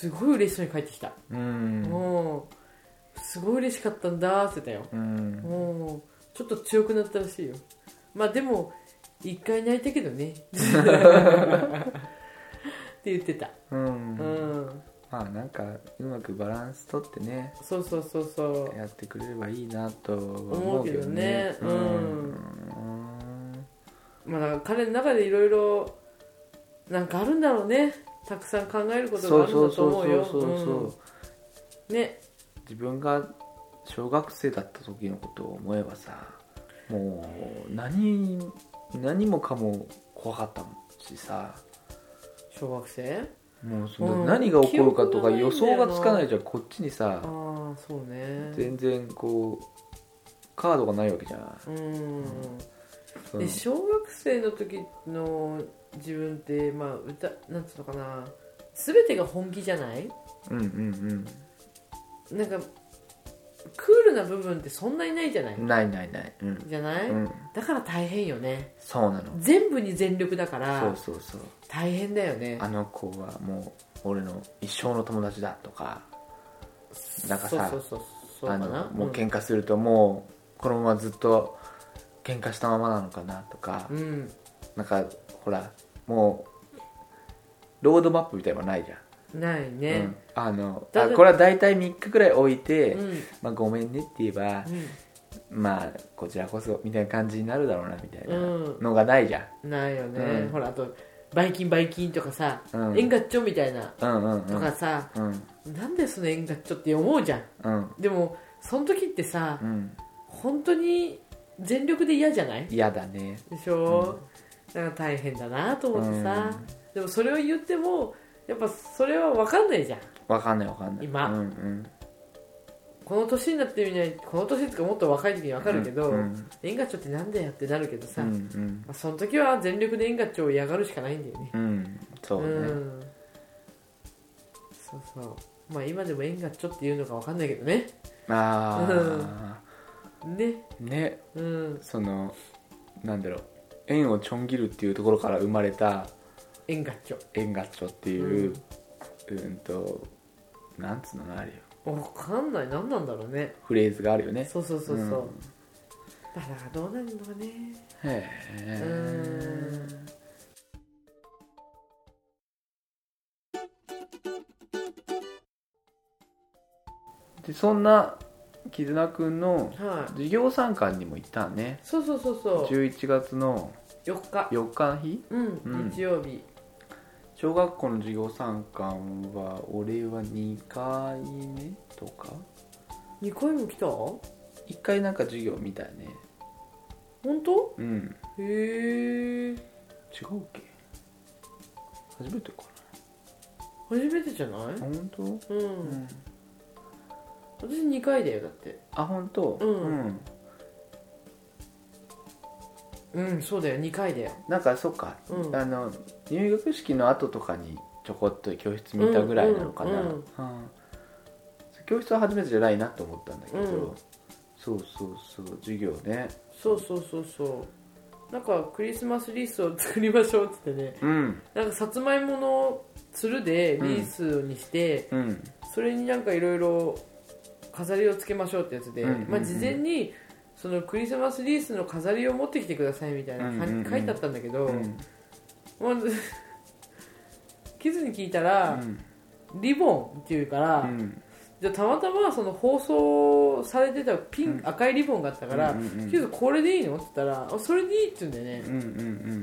すごい嬉しそうに帰ってきた。 うん、 もうすごい嬉しかったんだって言ったよ。うん、もうちょっと強くなったらしいよ。まあでも一回泣いたけどねって言ってた。うん、うん、 まあなんかうまくバランス取ってね、 そうそうそうそうやってくれればいいなと思うけどね。うん、うん、まあだから彼の中でいろいろなんかあるんだろうね。たくさん考えることがあるんだと思うよ。そうそうそうそう、うん、ね、 自分が小学生だった時のことを思えばさ、もう何何もかも怖かったしさ。 小学生もうその何が起こるかとか予想がつかないじゃん。こっちにさ、 あ、そうね、 全然こうカードがないわけじゃん。うん、 うん、で小学生の時の自分ってまあ歌なんつうのかな、全てが本気じゃない？うんうんうん。なんかクールな部分ってそんなにないじゃない？ ないないない、うん、 じゃない、うん、だから大変よね。 そうなの。 全部に全力だからそうそうそう、 大変だよね。 あの子はもう俺の一生の友達だとか、なんかさ、そうそうそうそう、あのもう喧嘩するともうこのままずっと喧嘩したままなのかなとか、うん、なんかほらもうロードマップみたいなのないじゃん。 ないね、うん、 あのあこれは大体みっかくらい置いて、うん、まあ、ごめんねって言えば、うん、まあこちらこそみたいな感じになるだろうなみたいなのがないじゃん、 ないよね、うん、ほらあとバイキンバイキンとかさ、うん、エンガッチョみたいな、うんうんうん、とかさ、うん、なんでそのエンガッチョって思うじゃん、うん、でもその時ってさ、うん、本当に全力で嫌じゃない？ 嫌だねでしょ、うん、だから大変だなと思ってさ、うん、でもそれを言ってもやっぱそれは分かんないじゃん。 分かんない分かんない今、うんうん、この年になってみない、この年ってかもっと若い時に分かるけど、うんうん、エンガッチョってなんだよってなるけどさ、うんうん、まあ、その時は全力でエンガッチョを嫌がるしかないんだよね、 うん、そうね、うん、 そうそう、まあ今でもエンガッチョっていうのか分かんないけどね。 ああ、うん、ねね、うん、そのなんだろう、円をちょん切るっていうところから生まれたエンガッチョエンガッチョっていう、うん、うんとなんつうのがあるよ。 分かんない、何なんだろうね、 フレーズがあるよね。 そうそうそうそう、うん、だからどうなるのかね。へえ、 でそんな絆くんの授業参観にも行ったんね、 はい、そうそうそうそう、 じゅういちがつのよっかよっかの日、 うん、うん、日曜日。 小学校の授業参観は俺はにかいめとかにかいも来た？ いっかいなんか授業みたいね。 本当？ うん。 へえ。違うっけ？初めてかな。初めてじゃない？ 本当？うん、うん、 私にかいだよだって。 あ、本当？うん、うんうん、そうだよ、にかいだよ。 なんかそっか、うん、あの入学式の後とかにちょこっと教室見たぐらいなのかな、うんうんうん、教室は初めてじゃないなと思ったんだけど、うん、そうそうそう、授業ね、 そうそうそうそう、なんかクリスマスリースを作りましょうってってね、うん、なんかさつまいものつるでリースにして、うん、それになんかいろいろ飾りをつけましょうってやつで、うんうんうん、まあ、事前にそのクリスマスリースの飾りを持ってきてくださいみたいな感じ、うんうんうん、書いてあったんだけど、うん、まずキズに聞いたら、うん、リボンっていうから、うん、じゃあたまたまその放送されてたピン、うん、赤いリボンがあったから、うんうんうん、キズこれでいいのって言ったら、あ、それでいいって言うんだよね、うんうんうん、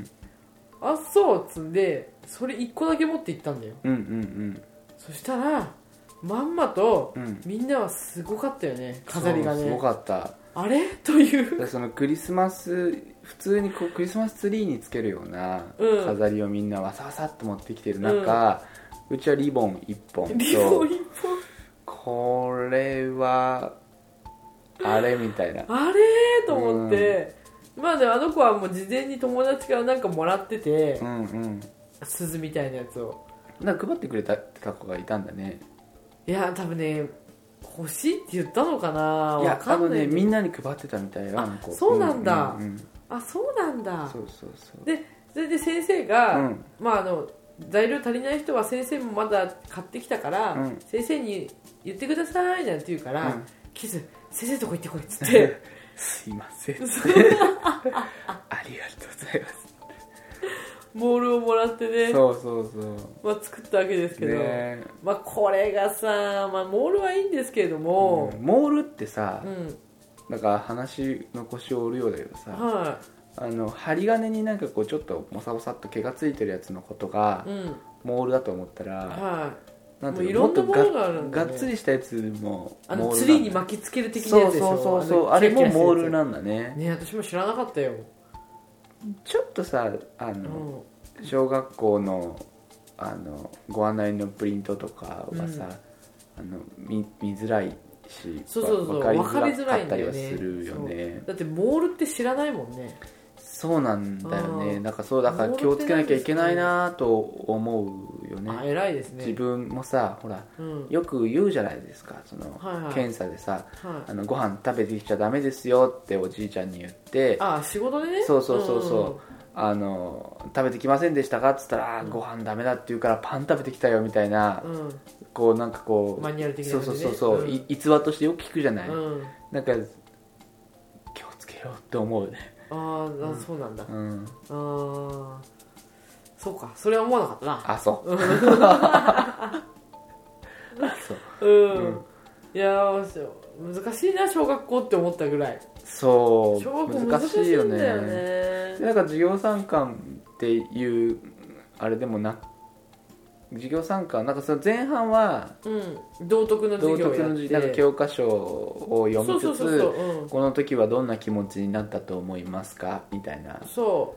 あ、そうっつんでそれいっこだけ持って行ったんだよ、うんうんうん、そしたらまんまと、うん、みんなはすごかったよね、飾りがね、 すごかった。 あれというそのクリスマス普通にこうクリスマスツリーにつけるような飾りをみんなわさわさっと持ってきてる中、うん、うちはリボンいっぽんと、 リボンいっぽん、 これはあれみたいな、 あれと思って、うん、まあでもあの子はもう事前に友達からなんかもらってて、うんうん、鈴みたいなやつをなんか配ってくれた子がいたんだね。 いや多分ね欲しいって言ったのかな、 いや多分ねみんなに配ってたみたいよ。 あ、そうなんだ、うんうんうん、あ、そうなんだ。 そうそうそう。 でそれで先生が、うん、まああの材料足りない人は先生もまだ買ってきたから、うん、先生に言ってくださいなんて言うから、うん、キズ先生とこ行ってこいっつってすいませんありがとうございますモールをもらってね、 そうそうそう、 まあ、作ったわけですけど、 ね、 まあ、これがさ、まあ、モールはいいんですけれども、 うん、モールってさ、 うん、 なんか話の腰を折るようだけどさ、 はい、 あの針金になんかこうちょっとモサモサっと毛がついてるやつのことが、うん、モールだと思ったら、 はい、 なんていうのもっとが、ね、 がっつりしたやつもあのツリーに巻きつける的なやつでしょ。 そうそうそうそう、あれもモールなんだね。 ね、私も知らなかったよ。 ちょっとさ、あの、うん、小学校のあのご案内のプリントとかはさ、うん、あの 見, 見づらいし、 そうそうそう、 分かりづらかったりはするよね。 だってモールって知らないもんね。 そうなんだよね。だからそうだから気をつけなきゃいけないなと思うよね。 あ、偉いですね。 自分もさ、ほら、うん、よく言うじゃないですか。その、はいはい、検査でさ、はい、あのご飯食べてきちゃダメですよっておじいちゃんに言って、 あ、仕事でね。 そうそうそうそう。うんうん、あの食べてきませんでしたかっつったら、うん、ご飯ダメだって言うからパン食べてきたよみたいな、うん、こうなんかこうマニュアル的な、 ね、そうそうそうそう、うん、逸話としてよく聞くじゃない。うん、なんか気をつけようって思うね。 ああ、うん、そうなんだ、うん、ああ、そうか、それは思わなかったな。 あ、そうそう、うん、うん、いや難しいな小学校って思ったぐらい。 そう、 小学校難しいんだよね。 なんか授業参観っていうあれでもな、授業参観なんかその前半は、 うん、道徳の授業をやって、 なんか教科書を読みつつ、この時はどんな気持ちになったと思いますかみたいな。 そう、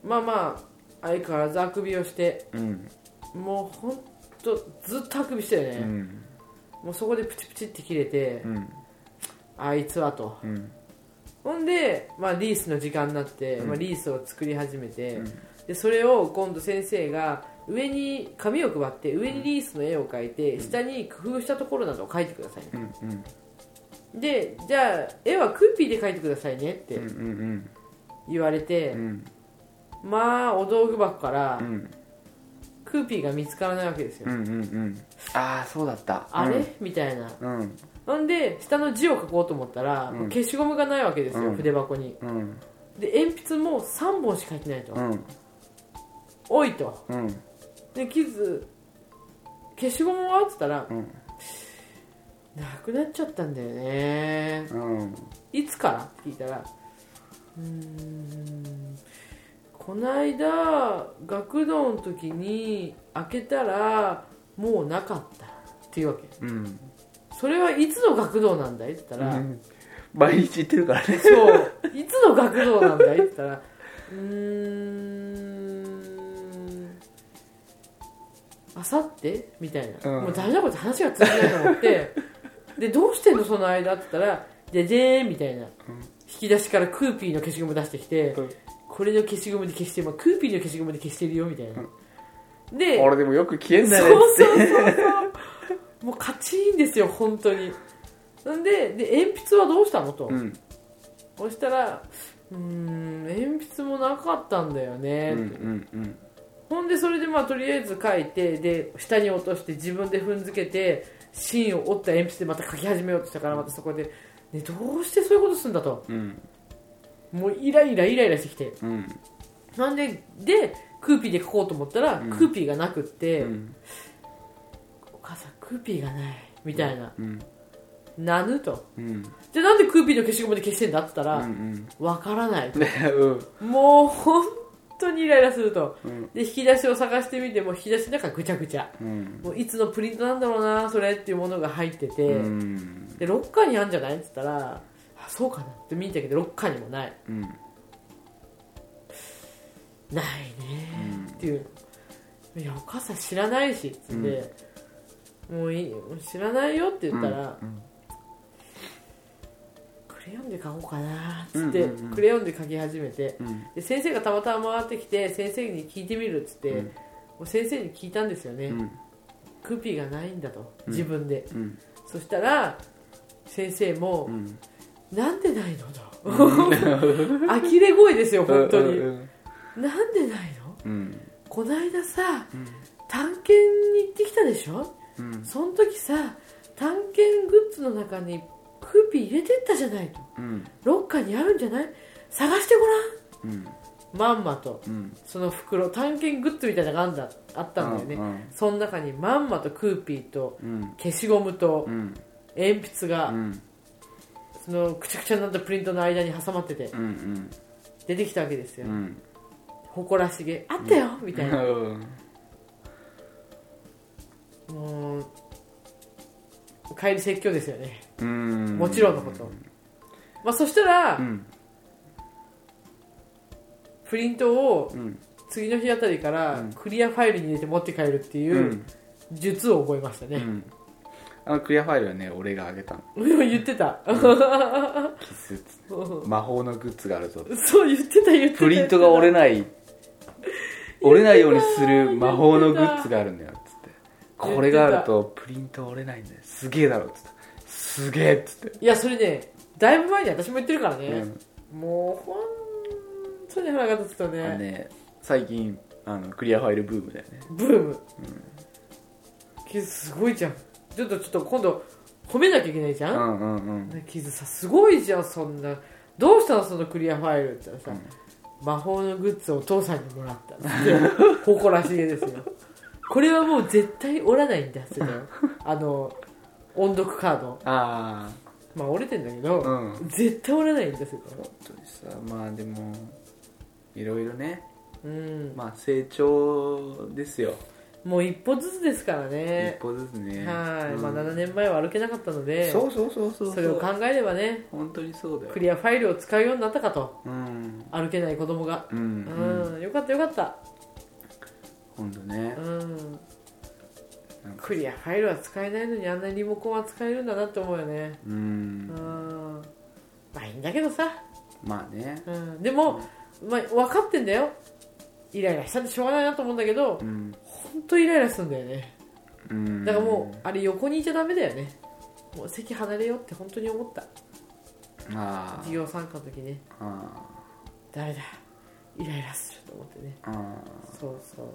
まあまあ相変わらずあくびをして、うん、もうほんとずっとあくびしてるね、うん、もうそこでプチプチって切れて、うん、あいつはと、うん、ほんで、まあ、リースの時間になって、うん、まあ、リースを作り始めて、うん、でそれを今度先生が上に紙を配って上にリースの絵を描いて、うん、下に工夫したところなどを描いてください、うんうん、でじゃあ絵はクーピーで描いてくださいねって言われて、うんうんうん、まあお道具箱から、うん、クーピーが見つからないわけですよ、うんうんうん、 ああそうだった、 あれ、 うん、 みたいな、 うん、 なんで下の字を書こうと思ったら、うん、消しゴムがないわけですよ、うん、筆箱に、うん、で鉛筆もさんぼんしか書いてないと、うん、おいと、うん、でキズ消しゴムはって言ったら、うん、なくなっちゃったんだよね、うん、いつからって聞いたら、うーんこの間学童の時に開けたらもうなかったっていうわけ、うん、それはいつの学童なんだいって言ったら、うん、 毎日行ってるからね。 そういつの学童なんだいって言ったら、うーんあさってみたいな、うん、もう大丈夫って話が続かないと思ってでどうしてんのその間って言ったらででーんみたいな、うん、引き出しからクーピーの消しゴム出してきて、うん、これの消しゴムで消して、まあ、クーピーの消しゴムで消してるよみたいな、うん、で俺でもよく消えんだねってそうそうそうそうもうカチーンですよ本当に。なんで、で鉛筆はどうしたのと、うん、そしたらうーん鉛筆もなかったんだよねって、うんうんうん、ほんでそれでまあとりあえず書いてで下に落として自分で踏んづけて芯を折った鉛筆でまた書き始めようとしたからまたそこで、ね、どうしてそういうことするんだと、うん、もうイライライライラしてきて、うん、なんででクーピーで書こうと思ったら、うん、クーピーがなくって、うん、お母さんクーピーがないみたいな、うんうんなぬと、うん、じゃあなんでクーピーの消しゴムで消してんだって言ったら、うんうん、わからないと、うん、もう本当にイライラすると、うん、で引き出しを探してみても引き出しの中ぐちゃぐちゃ、うん、もういつのプリントなんだろうなそれっていうものが入ってて、うん、でロッカーにあるんじゃないって言ったらあそうかなって見たけどロッカーにもない、うん、ないねっていう、いやお母さん知らないしって言って、もういい知らないよって言ったら、うんうんクレヨンで書こうかなっつって、うんうんうん、クレヨンで書き始めて、うん、で先生がたまたま回ってきて先生に聞いてみるっつって、うん、もう先生に聞いたんですよね、うん、クーピーがないんだと自分で、うん、そしたら先生も、うん、なんでないのと呆れ声ですよ本当に、うんうんうん、なんでないの、うん、 こないださ、 うん、 探検に行ってきたでしょ、うん、その時さ探検グッズの中にクーピー入れてったじゃないと、うん、ロッカーにあるんじゃない、探してごらん、うん、まんまと、うん、その袋探検グッズみたいなのがあんだあったんだよね、うんうん、その中にまんまとクーピーと、うん、消しゴムと、うん、鉛筆が、うん、そのくちゃくちゃになったプリントの間に挟まってて、うんうん、出てきたわけですよ、うん、誇らしげあったよ、うん、みたいな、うん、もう帰り説教ですよね、うん、もちろんのこと、まあ、そしたら、うん、プリントを次の日あたりからクリアファイルに入れて持って帰るっていう術を覚えましたね、うん、 あのクリアファイルはね俺があげたの言ってた、うん、 キス魔法のグッズがあるぞそう言ってた言ってた、 プリントが折れない折れないようにする魔法のグッズがあるんだよつって、これがあるとプリント折れないんだよ、すげえだろっつって、すげえっつって、 いやそれねだいぶ前に私も言ってるからね、うん、もうほんとに腹が立つと ね, ね最近あのクリアファイルブームだよね、 ブーム、うん、すごいじゃん、ちょっとちょっと今度褒めなきゃいけないじゃん、うんうんうん、キズさすごいじゃん、そんなどうしたのそのクリアファイルって言ったらさ、うん、魔法のグッズをお父さんにもらったって誇らしげですよこれはもう絶対折らないんだって言ったよあの音読カード、あまあ折れてんだけど、うん、絶対折らないんですよ本当にさ、まあでもいろいろね、うん、まあ成長ですよ、 もう一歩ずつですからね、 一歩ずつね、 はい、うん、まあななねんまえは歩けなかったので、 そうそうそうそう、 それを考えればね、 本当にそうだよ、 クリアファイルを使うようになったかと、うん、歩けない子供が、うんうんうん、よかったよかった、 本当ね、うん、 クリアファイルは使えないのにあんなにリモコンは使えるんだなって思うよね、うん、うん、まあいいんだけどさ、 まあね、 うん、でも、まあ、分かってんだよ、イライラしたってしょうがないなと思うんだけど、うん、本当イライラするんだよね、うん、だからもうあれ横にいちゃダメだよね、もう席離れようって本当に思った、あ授業参加の時ね、あ誰だイライラすると思ってね、あそうそう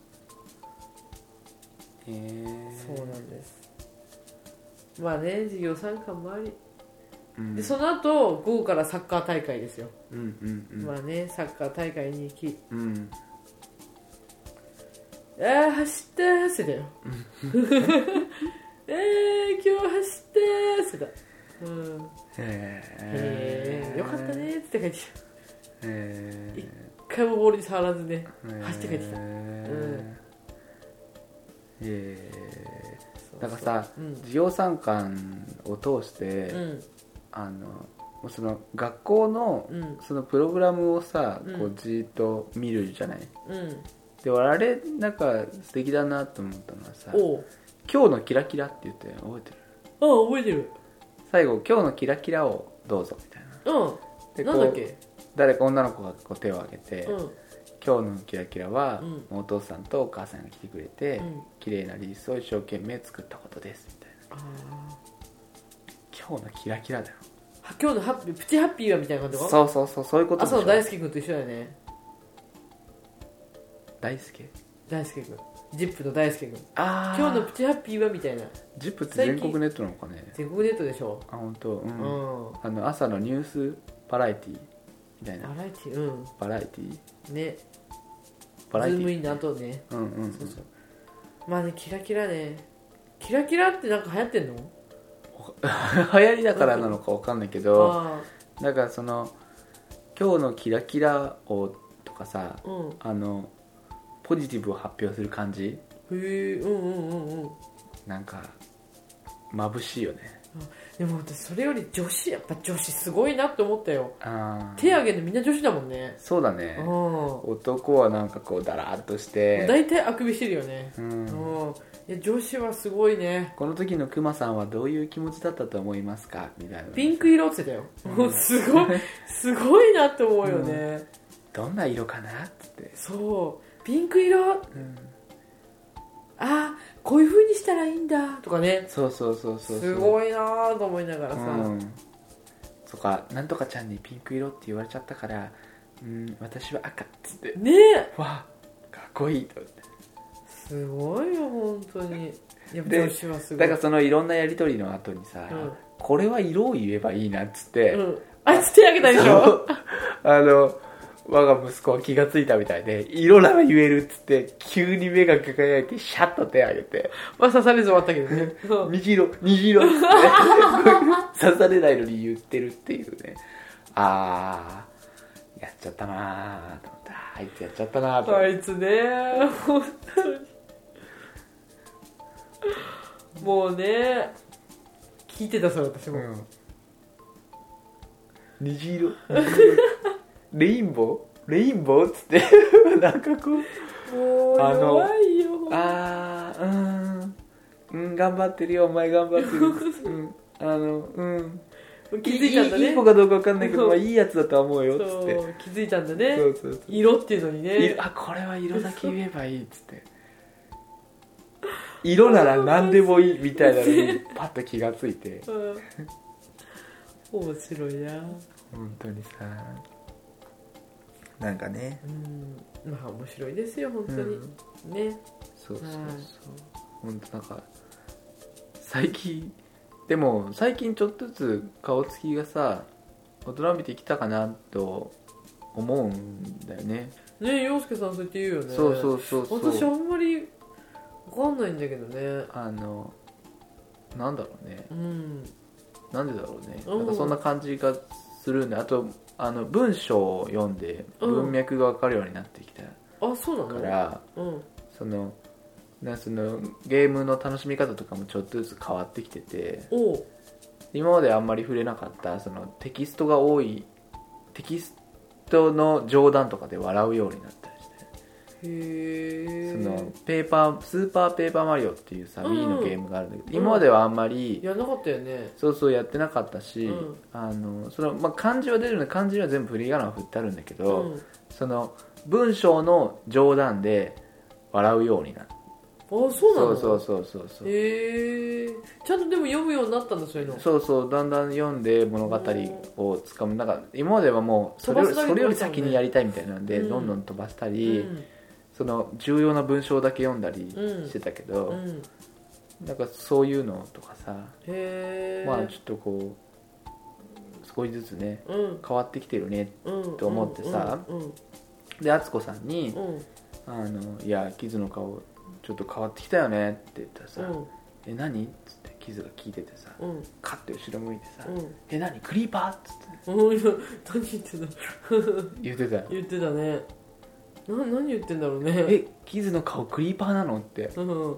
へえそうなんです、まあね授業参加もあり、うん、でその後午後からサッカー大会ですよ、うんうんうん、まあねサッカー大会に行き、うん、あー走ってーってたよえー今日走ってーってた、うん、へーよかったねーって帰ってきた、へー一回もボールに触らずね走って帰ってきた、うんえー、だからさ、うん、授業参観を通して、うん、あのその学校の、うん、そのプログラムをさ、うん、こうじーっと見るじゃない、うん、で俺あれなんか素敵だなと思ったのはさ、今日のキラキラって言って覚えてる？ ああ覚えてる。最後今日のキラキラをどうぞみたいな、うん、でなんだっけ、 誰か女の子がこう手を挙げて、うん、今日のキラキラは、うん、お父さんとお母さんが来てくれて、うん、綺麗なリースを一生懸命作ったことですみたいな、あ今日のキラキラだよ、 今日のハッピープチハッピーはみたいな感じか。 そうそうそうそういうことでしょ。 朝の大輔君と一緒だよね。 大輔大輔君ジップの大輔君、あ今日のプチハッピーはみたいな。 ジップって全国ネットなのかね。 全国ネットでしょ。 あ本当、うん、うん、あの朝のニュースバラエティみたいな。 バラエティうんバラエティね。 バラエティズームインの後ね。うんうん、うん、そうそう。まあねキラキラね。キラキラってなんか流行ってんの？ 流行りだからなのか分かんないけど、だからその今日のキラキラをとかさ、うん、あのポジティブを発表する感じ。へえうんうんうんうん。なんか眩しいよね。 でも私それより女子やっぱ女子すごいなって思ったよ。あ手挙げるのみんな女子だもんね。 そうだね。男はなんかこうダラーっとして大体あくびしてるよね。うん、うんいや女子はすごいね。 この時のクマさんはどういう気持ちだったと思いますかみたいな。 ピンク色って言ってたよ、うん、すごいすごいなって思うよね、うん、 どんな色かなって。 そうピンク色、うん、あこういう風にしたらいいんだとかね。 そうそうそうそうすごいなと思いながらさ、うん、 そっかなんとかちゃんにピンク色って言われちゃったからうん私は赤っつってねえわかっこいいと思って、 すごいよ本当に。いやで女子はすごい。 だからそのいろんなやり取りの後にさ、うん、これは色を言えばいいなっつって、うん、 あいつ手挙げたでしょあの我が息子は気がついたみたいで、色なら言えるっつって急に目が輝いてシャッと手挙げて、 まあ刺されず終わったけどね虹色虹色っつって刺されないのに言ってるっていうね。あーやっちゃったなーと思った。あいつやっちゃったなーと思った。 あいつね本当にもうね聞いてたそれ私も、うん、 虹色レインボーレインボーっつってなんかこうもう弱いよ。 あーうーんうん頑張ってるよお前頑張ってるうんあのうん気づいたんだね。 いい子かどうか分かんないけど、まあ、いいやつだとは思うよっつって。 気づいたんだね。 そうそうそう、 色っていうのにね、 あこれは色だけ言えばいいっつって色なら何でもいいみたいなのにパッと気がついて面白いな本当にさ。なんかね、 うん、まあ面白いですよ本当に、うん、ね。 そうそうそう、本当なんか最近でも最近ちょっとずつ顔つきがさ大人びてきたかなと思うんだよね。 ねえ陽介さんそう言って言うよね。 そうそうそうそう。 私あんまり分かんないんだけどね。 あのなんだろうね、 うん、 なんでだろうね、なんかそんな感じがするんで。あとあの文章を読んで文脈が分かるようになってきたから、 うん、あそうなの、うん、 そのなそのゲームの楽しみ方とかもちょっとずつ変わってきてて、 お今まであんまり触れなかったそのテキストが多いテキストの冗談とかで笑うようになったりして、 へそのペーパースーパーペーパーマリオっていうさ、うん、Wii のゲームがあるんだけど、今まではあんまり、 うん、やんなかったよね。 そうそうやってなかったし、うん、あのそのまあ、漢字は出るので漢字は全部振り仮名を振ってあるんだけど、うん、その文章の冗談で笑うようになった。 あそうなの。 そうそうそうそう。 へえ。ちゃんとでも読むようになったんだそういうの。 そうそうだんだん読んで物語をつかむ。なんか今まではもうそれより、それより先にやりたいみたいなんで、うん、どんどん飛ばしたり、うん、その重要な文章だけ読んだりしてたけど、うんうん、なんかそういうのとかさ、 へまあちょっとこう少しずつね、うん、変わってきてるねと思ってさ、うんうんうん、で敦子さんに、うん、あのいやキズの顔ちょっと変わってきたよねって言ったらさ、うん、え何っつってキズが聞いててさ、うん、カッて後ろ向いてさ、うん、え何クリーパーっつって、 うん、何言ってた言ってた言ってたね。な何言ってんだろうね。 えキズの顔クリーパーなのって、うん、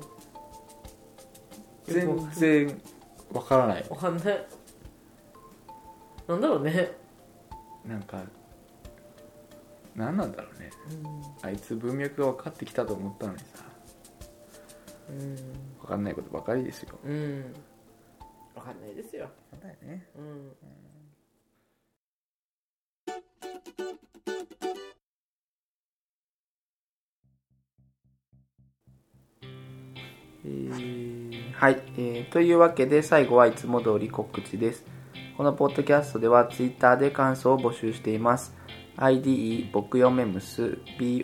全然わからない。 わかんない。なんだろうね。 なんか何なんだろうね、うん、あいつ文脈が分かってきたと思ったのにさ、うん、分かんないことばかりですよ。 うん、分かんないですよ。 そうだよね、うんうんえー、はい、えー、というわけで最後はいつも通り告知です。このポッドキャストではツイッターで感想を募集しています。アイディー 僕よめむす ボ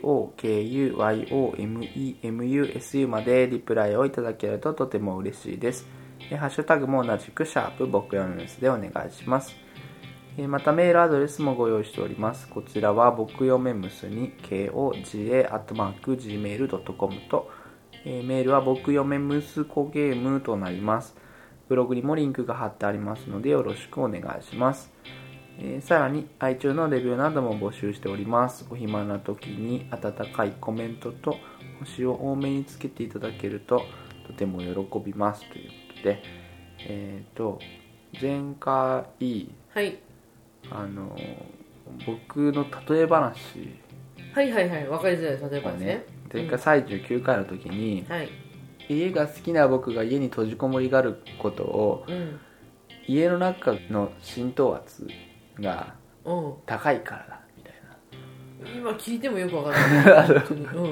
クヨメムス までリプライをいただけるととても嬉しいです。ハッシュタグも同じくシャープ僕よめむすでお願いします。またメールアドレスもご用意しております。こちらは僕よめむすに ケーオージェーアットマークジーメールドットコム とメールは僕よめむすこゲームとなります。ブログにもリンクが貼ってありますのでよろしくお願いします。えー、さらに iTunes のレビューなども募集しております。お暇な時に温かいコメントと星を多めにつけていただけるととても喜びますということで、えっ、ー、と前回、 はい、 あの僕の例え話、 はいはいはい、分かりづらい例え話ね。 前回さんじゅうきゅうかいの時に、 うん、はい、 家が好きな僕が家に閉じこもりがあることを、うん、家の中の浸透圧が高いからだみたいな。今聞いてもよくわからないうん、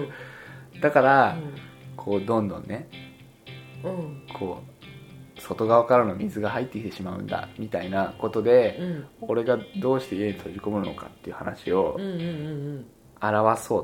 だから、うん、こうどんどんね、うん、こう外側からの水が入ってきてしまうんだみたいなことで、うん、俺がどうして家に閉じこもるのかっていう話を表そうと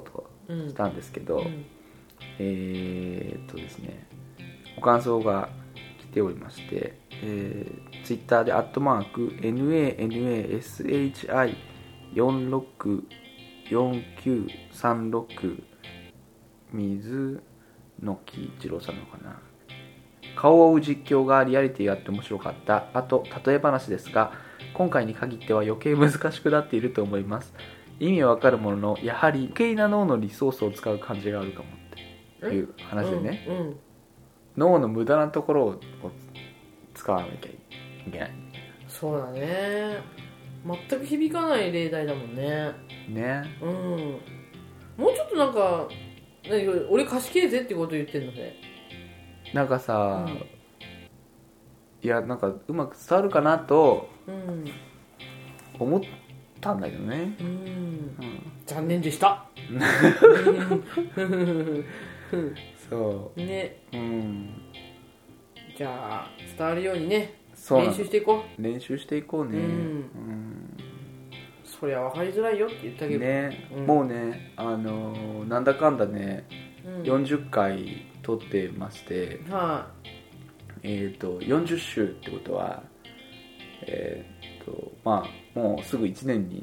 したんですけど、 うん、 えー、っとですねご感想が来ておりまして、えー、ツイッターでアットマーク エヌエーエヌエーエスエイチアイよんろくよんきゅうさんろく水野木一郎さんのかな。顔を追う実況がリアリティがあって面白かった。あと例え話ですが、今回に限っては余計難しくなっていると思います。意味はわかるものの、やはり余計な脳のリソースを使う感じがあるかもっていう話でね、 うんうん、 脳の無駄なところを使わなきゃいけない。 そうだね、全く響かない例題だもんね。 ね、 うん、もうちょっとなんか何俺貸し切れぜってこと言ってんのね。 なんかさ、 うん、 いやなんかうまく伝わるかなと思ったんだけどね、 うんうんうん、 残念でしたそうね、 うん、 じゃあ伝わるようにね、 そう練習していこう練習していこうね、 うんうん、 そりゃ分かりづらいよって言ってあげるね、 うん、 もうね、あのー、なんだかんだね、うん、よんじゅっかい撮ってまして、 はえーとよんじゅっ週ってことは、えーとまあもうすぐいちねんに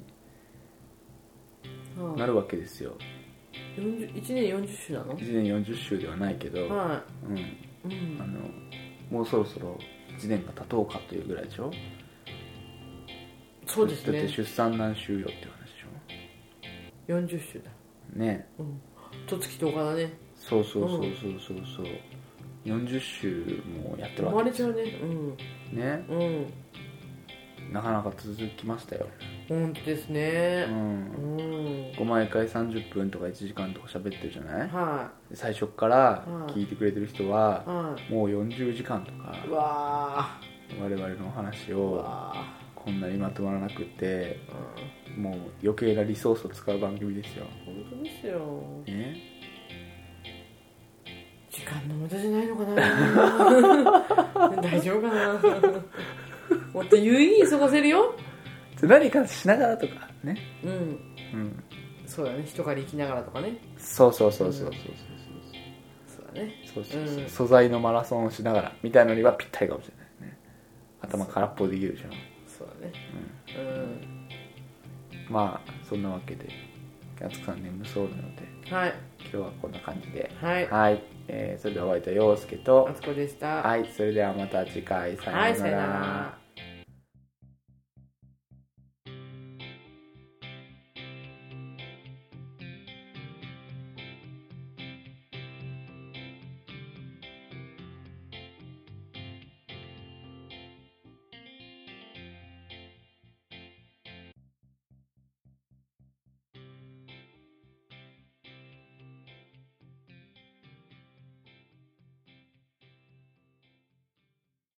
なるわけですよ。 いちねんよんじゅっ週なの？ いちねんよんじゅっ週ではないけど、 はうんうん、 あのもうそろそろいちねんが経とうかというぐらいでしょ。 そうですね。 だって出産何週よっていう話でしょ。よんじゅっ週だね。 うん、とつきとおかだね。 そうそうそうそうそうそう、うん、よんじゅっ週もやってるわけですよ。 生まれちゃうね。うんね、 うん、 なかなか続きましたよ。 本当ですね。 うん、うん、毎回さんじゅっぷんとかいちじかんとか喋ってるじゃない。 はい、 最初から聞いてくれてる人は、 はい、 もうよんじゅうじかんとか、 うわ我々の話をこんなにまとまらなくて、うん、もう余計なリソースを使う番組ですよ。 本当ですよ。 ね、 時間の無駄じゃないのかな大丈夫かなもっと有意義に過ごせるよ。 何かしながらとかね。 うん、うん、そうだね。一狩り行きながらとかね。 そうそうそうそうそうそうそう、うん、そうだね。 そうそうそう、 うん、 素材のマラソンをしながらみたいなのにはぴったりかもしれないね。頭空っぽできるでしょ。 そうだね。うん、うん、 まあそんなわけでやつくさん眠そうなので、 はい、 今日はこんな感じで、 はい、 はい、えー、それではお会いいた陽介とあつこでした。 はい、それではまた次回、さようなら。 はい、さよなら。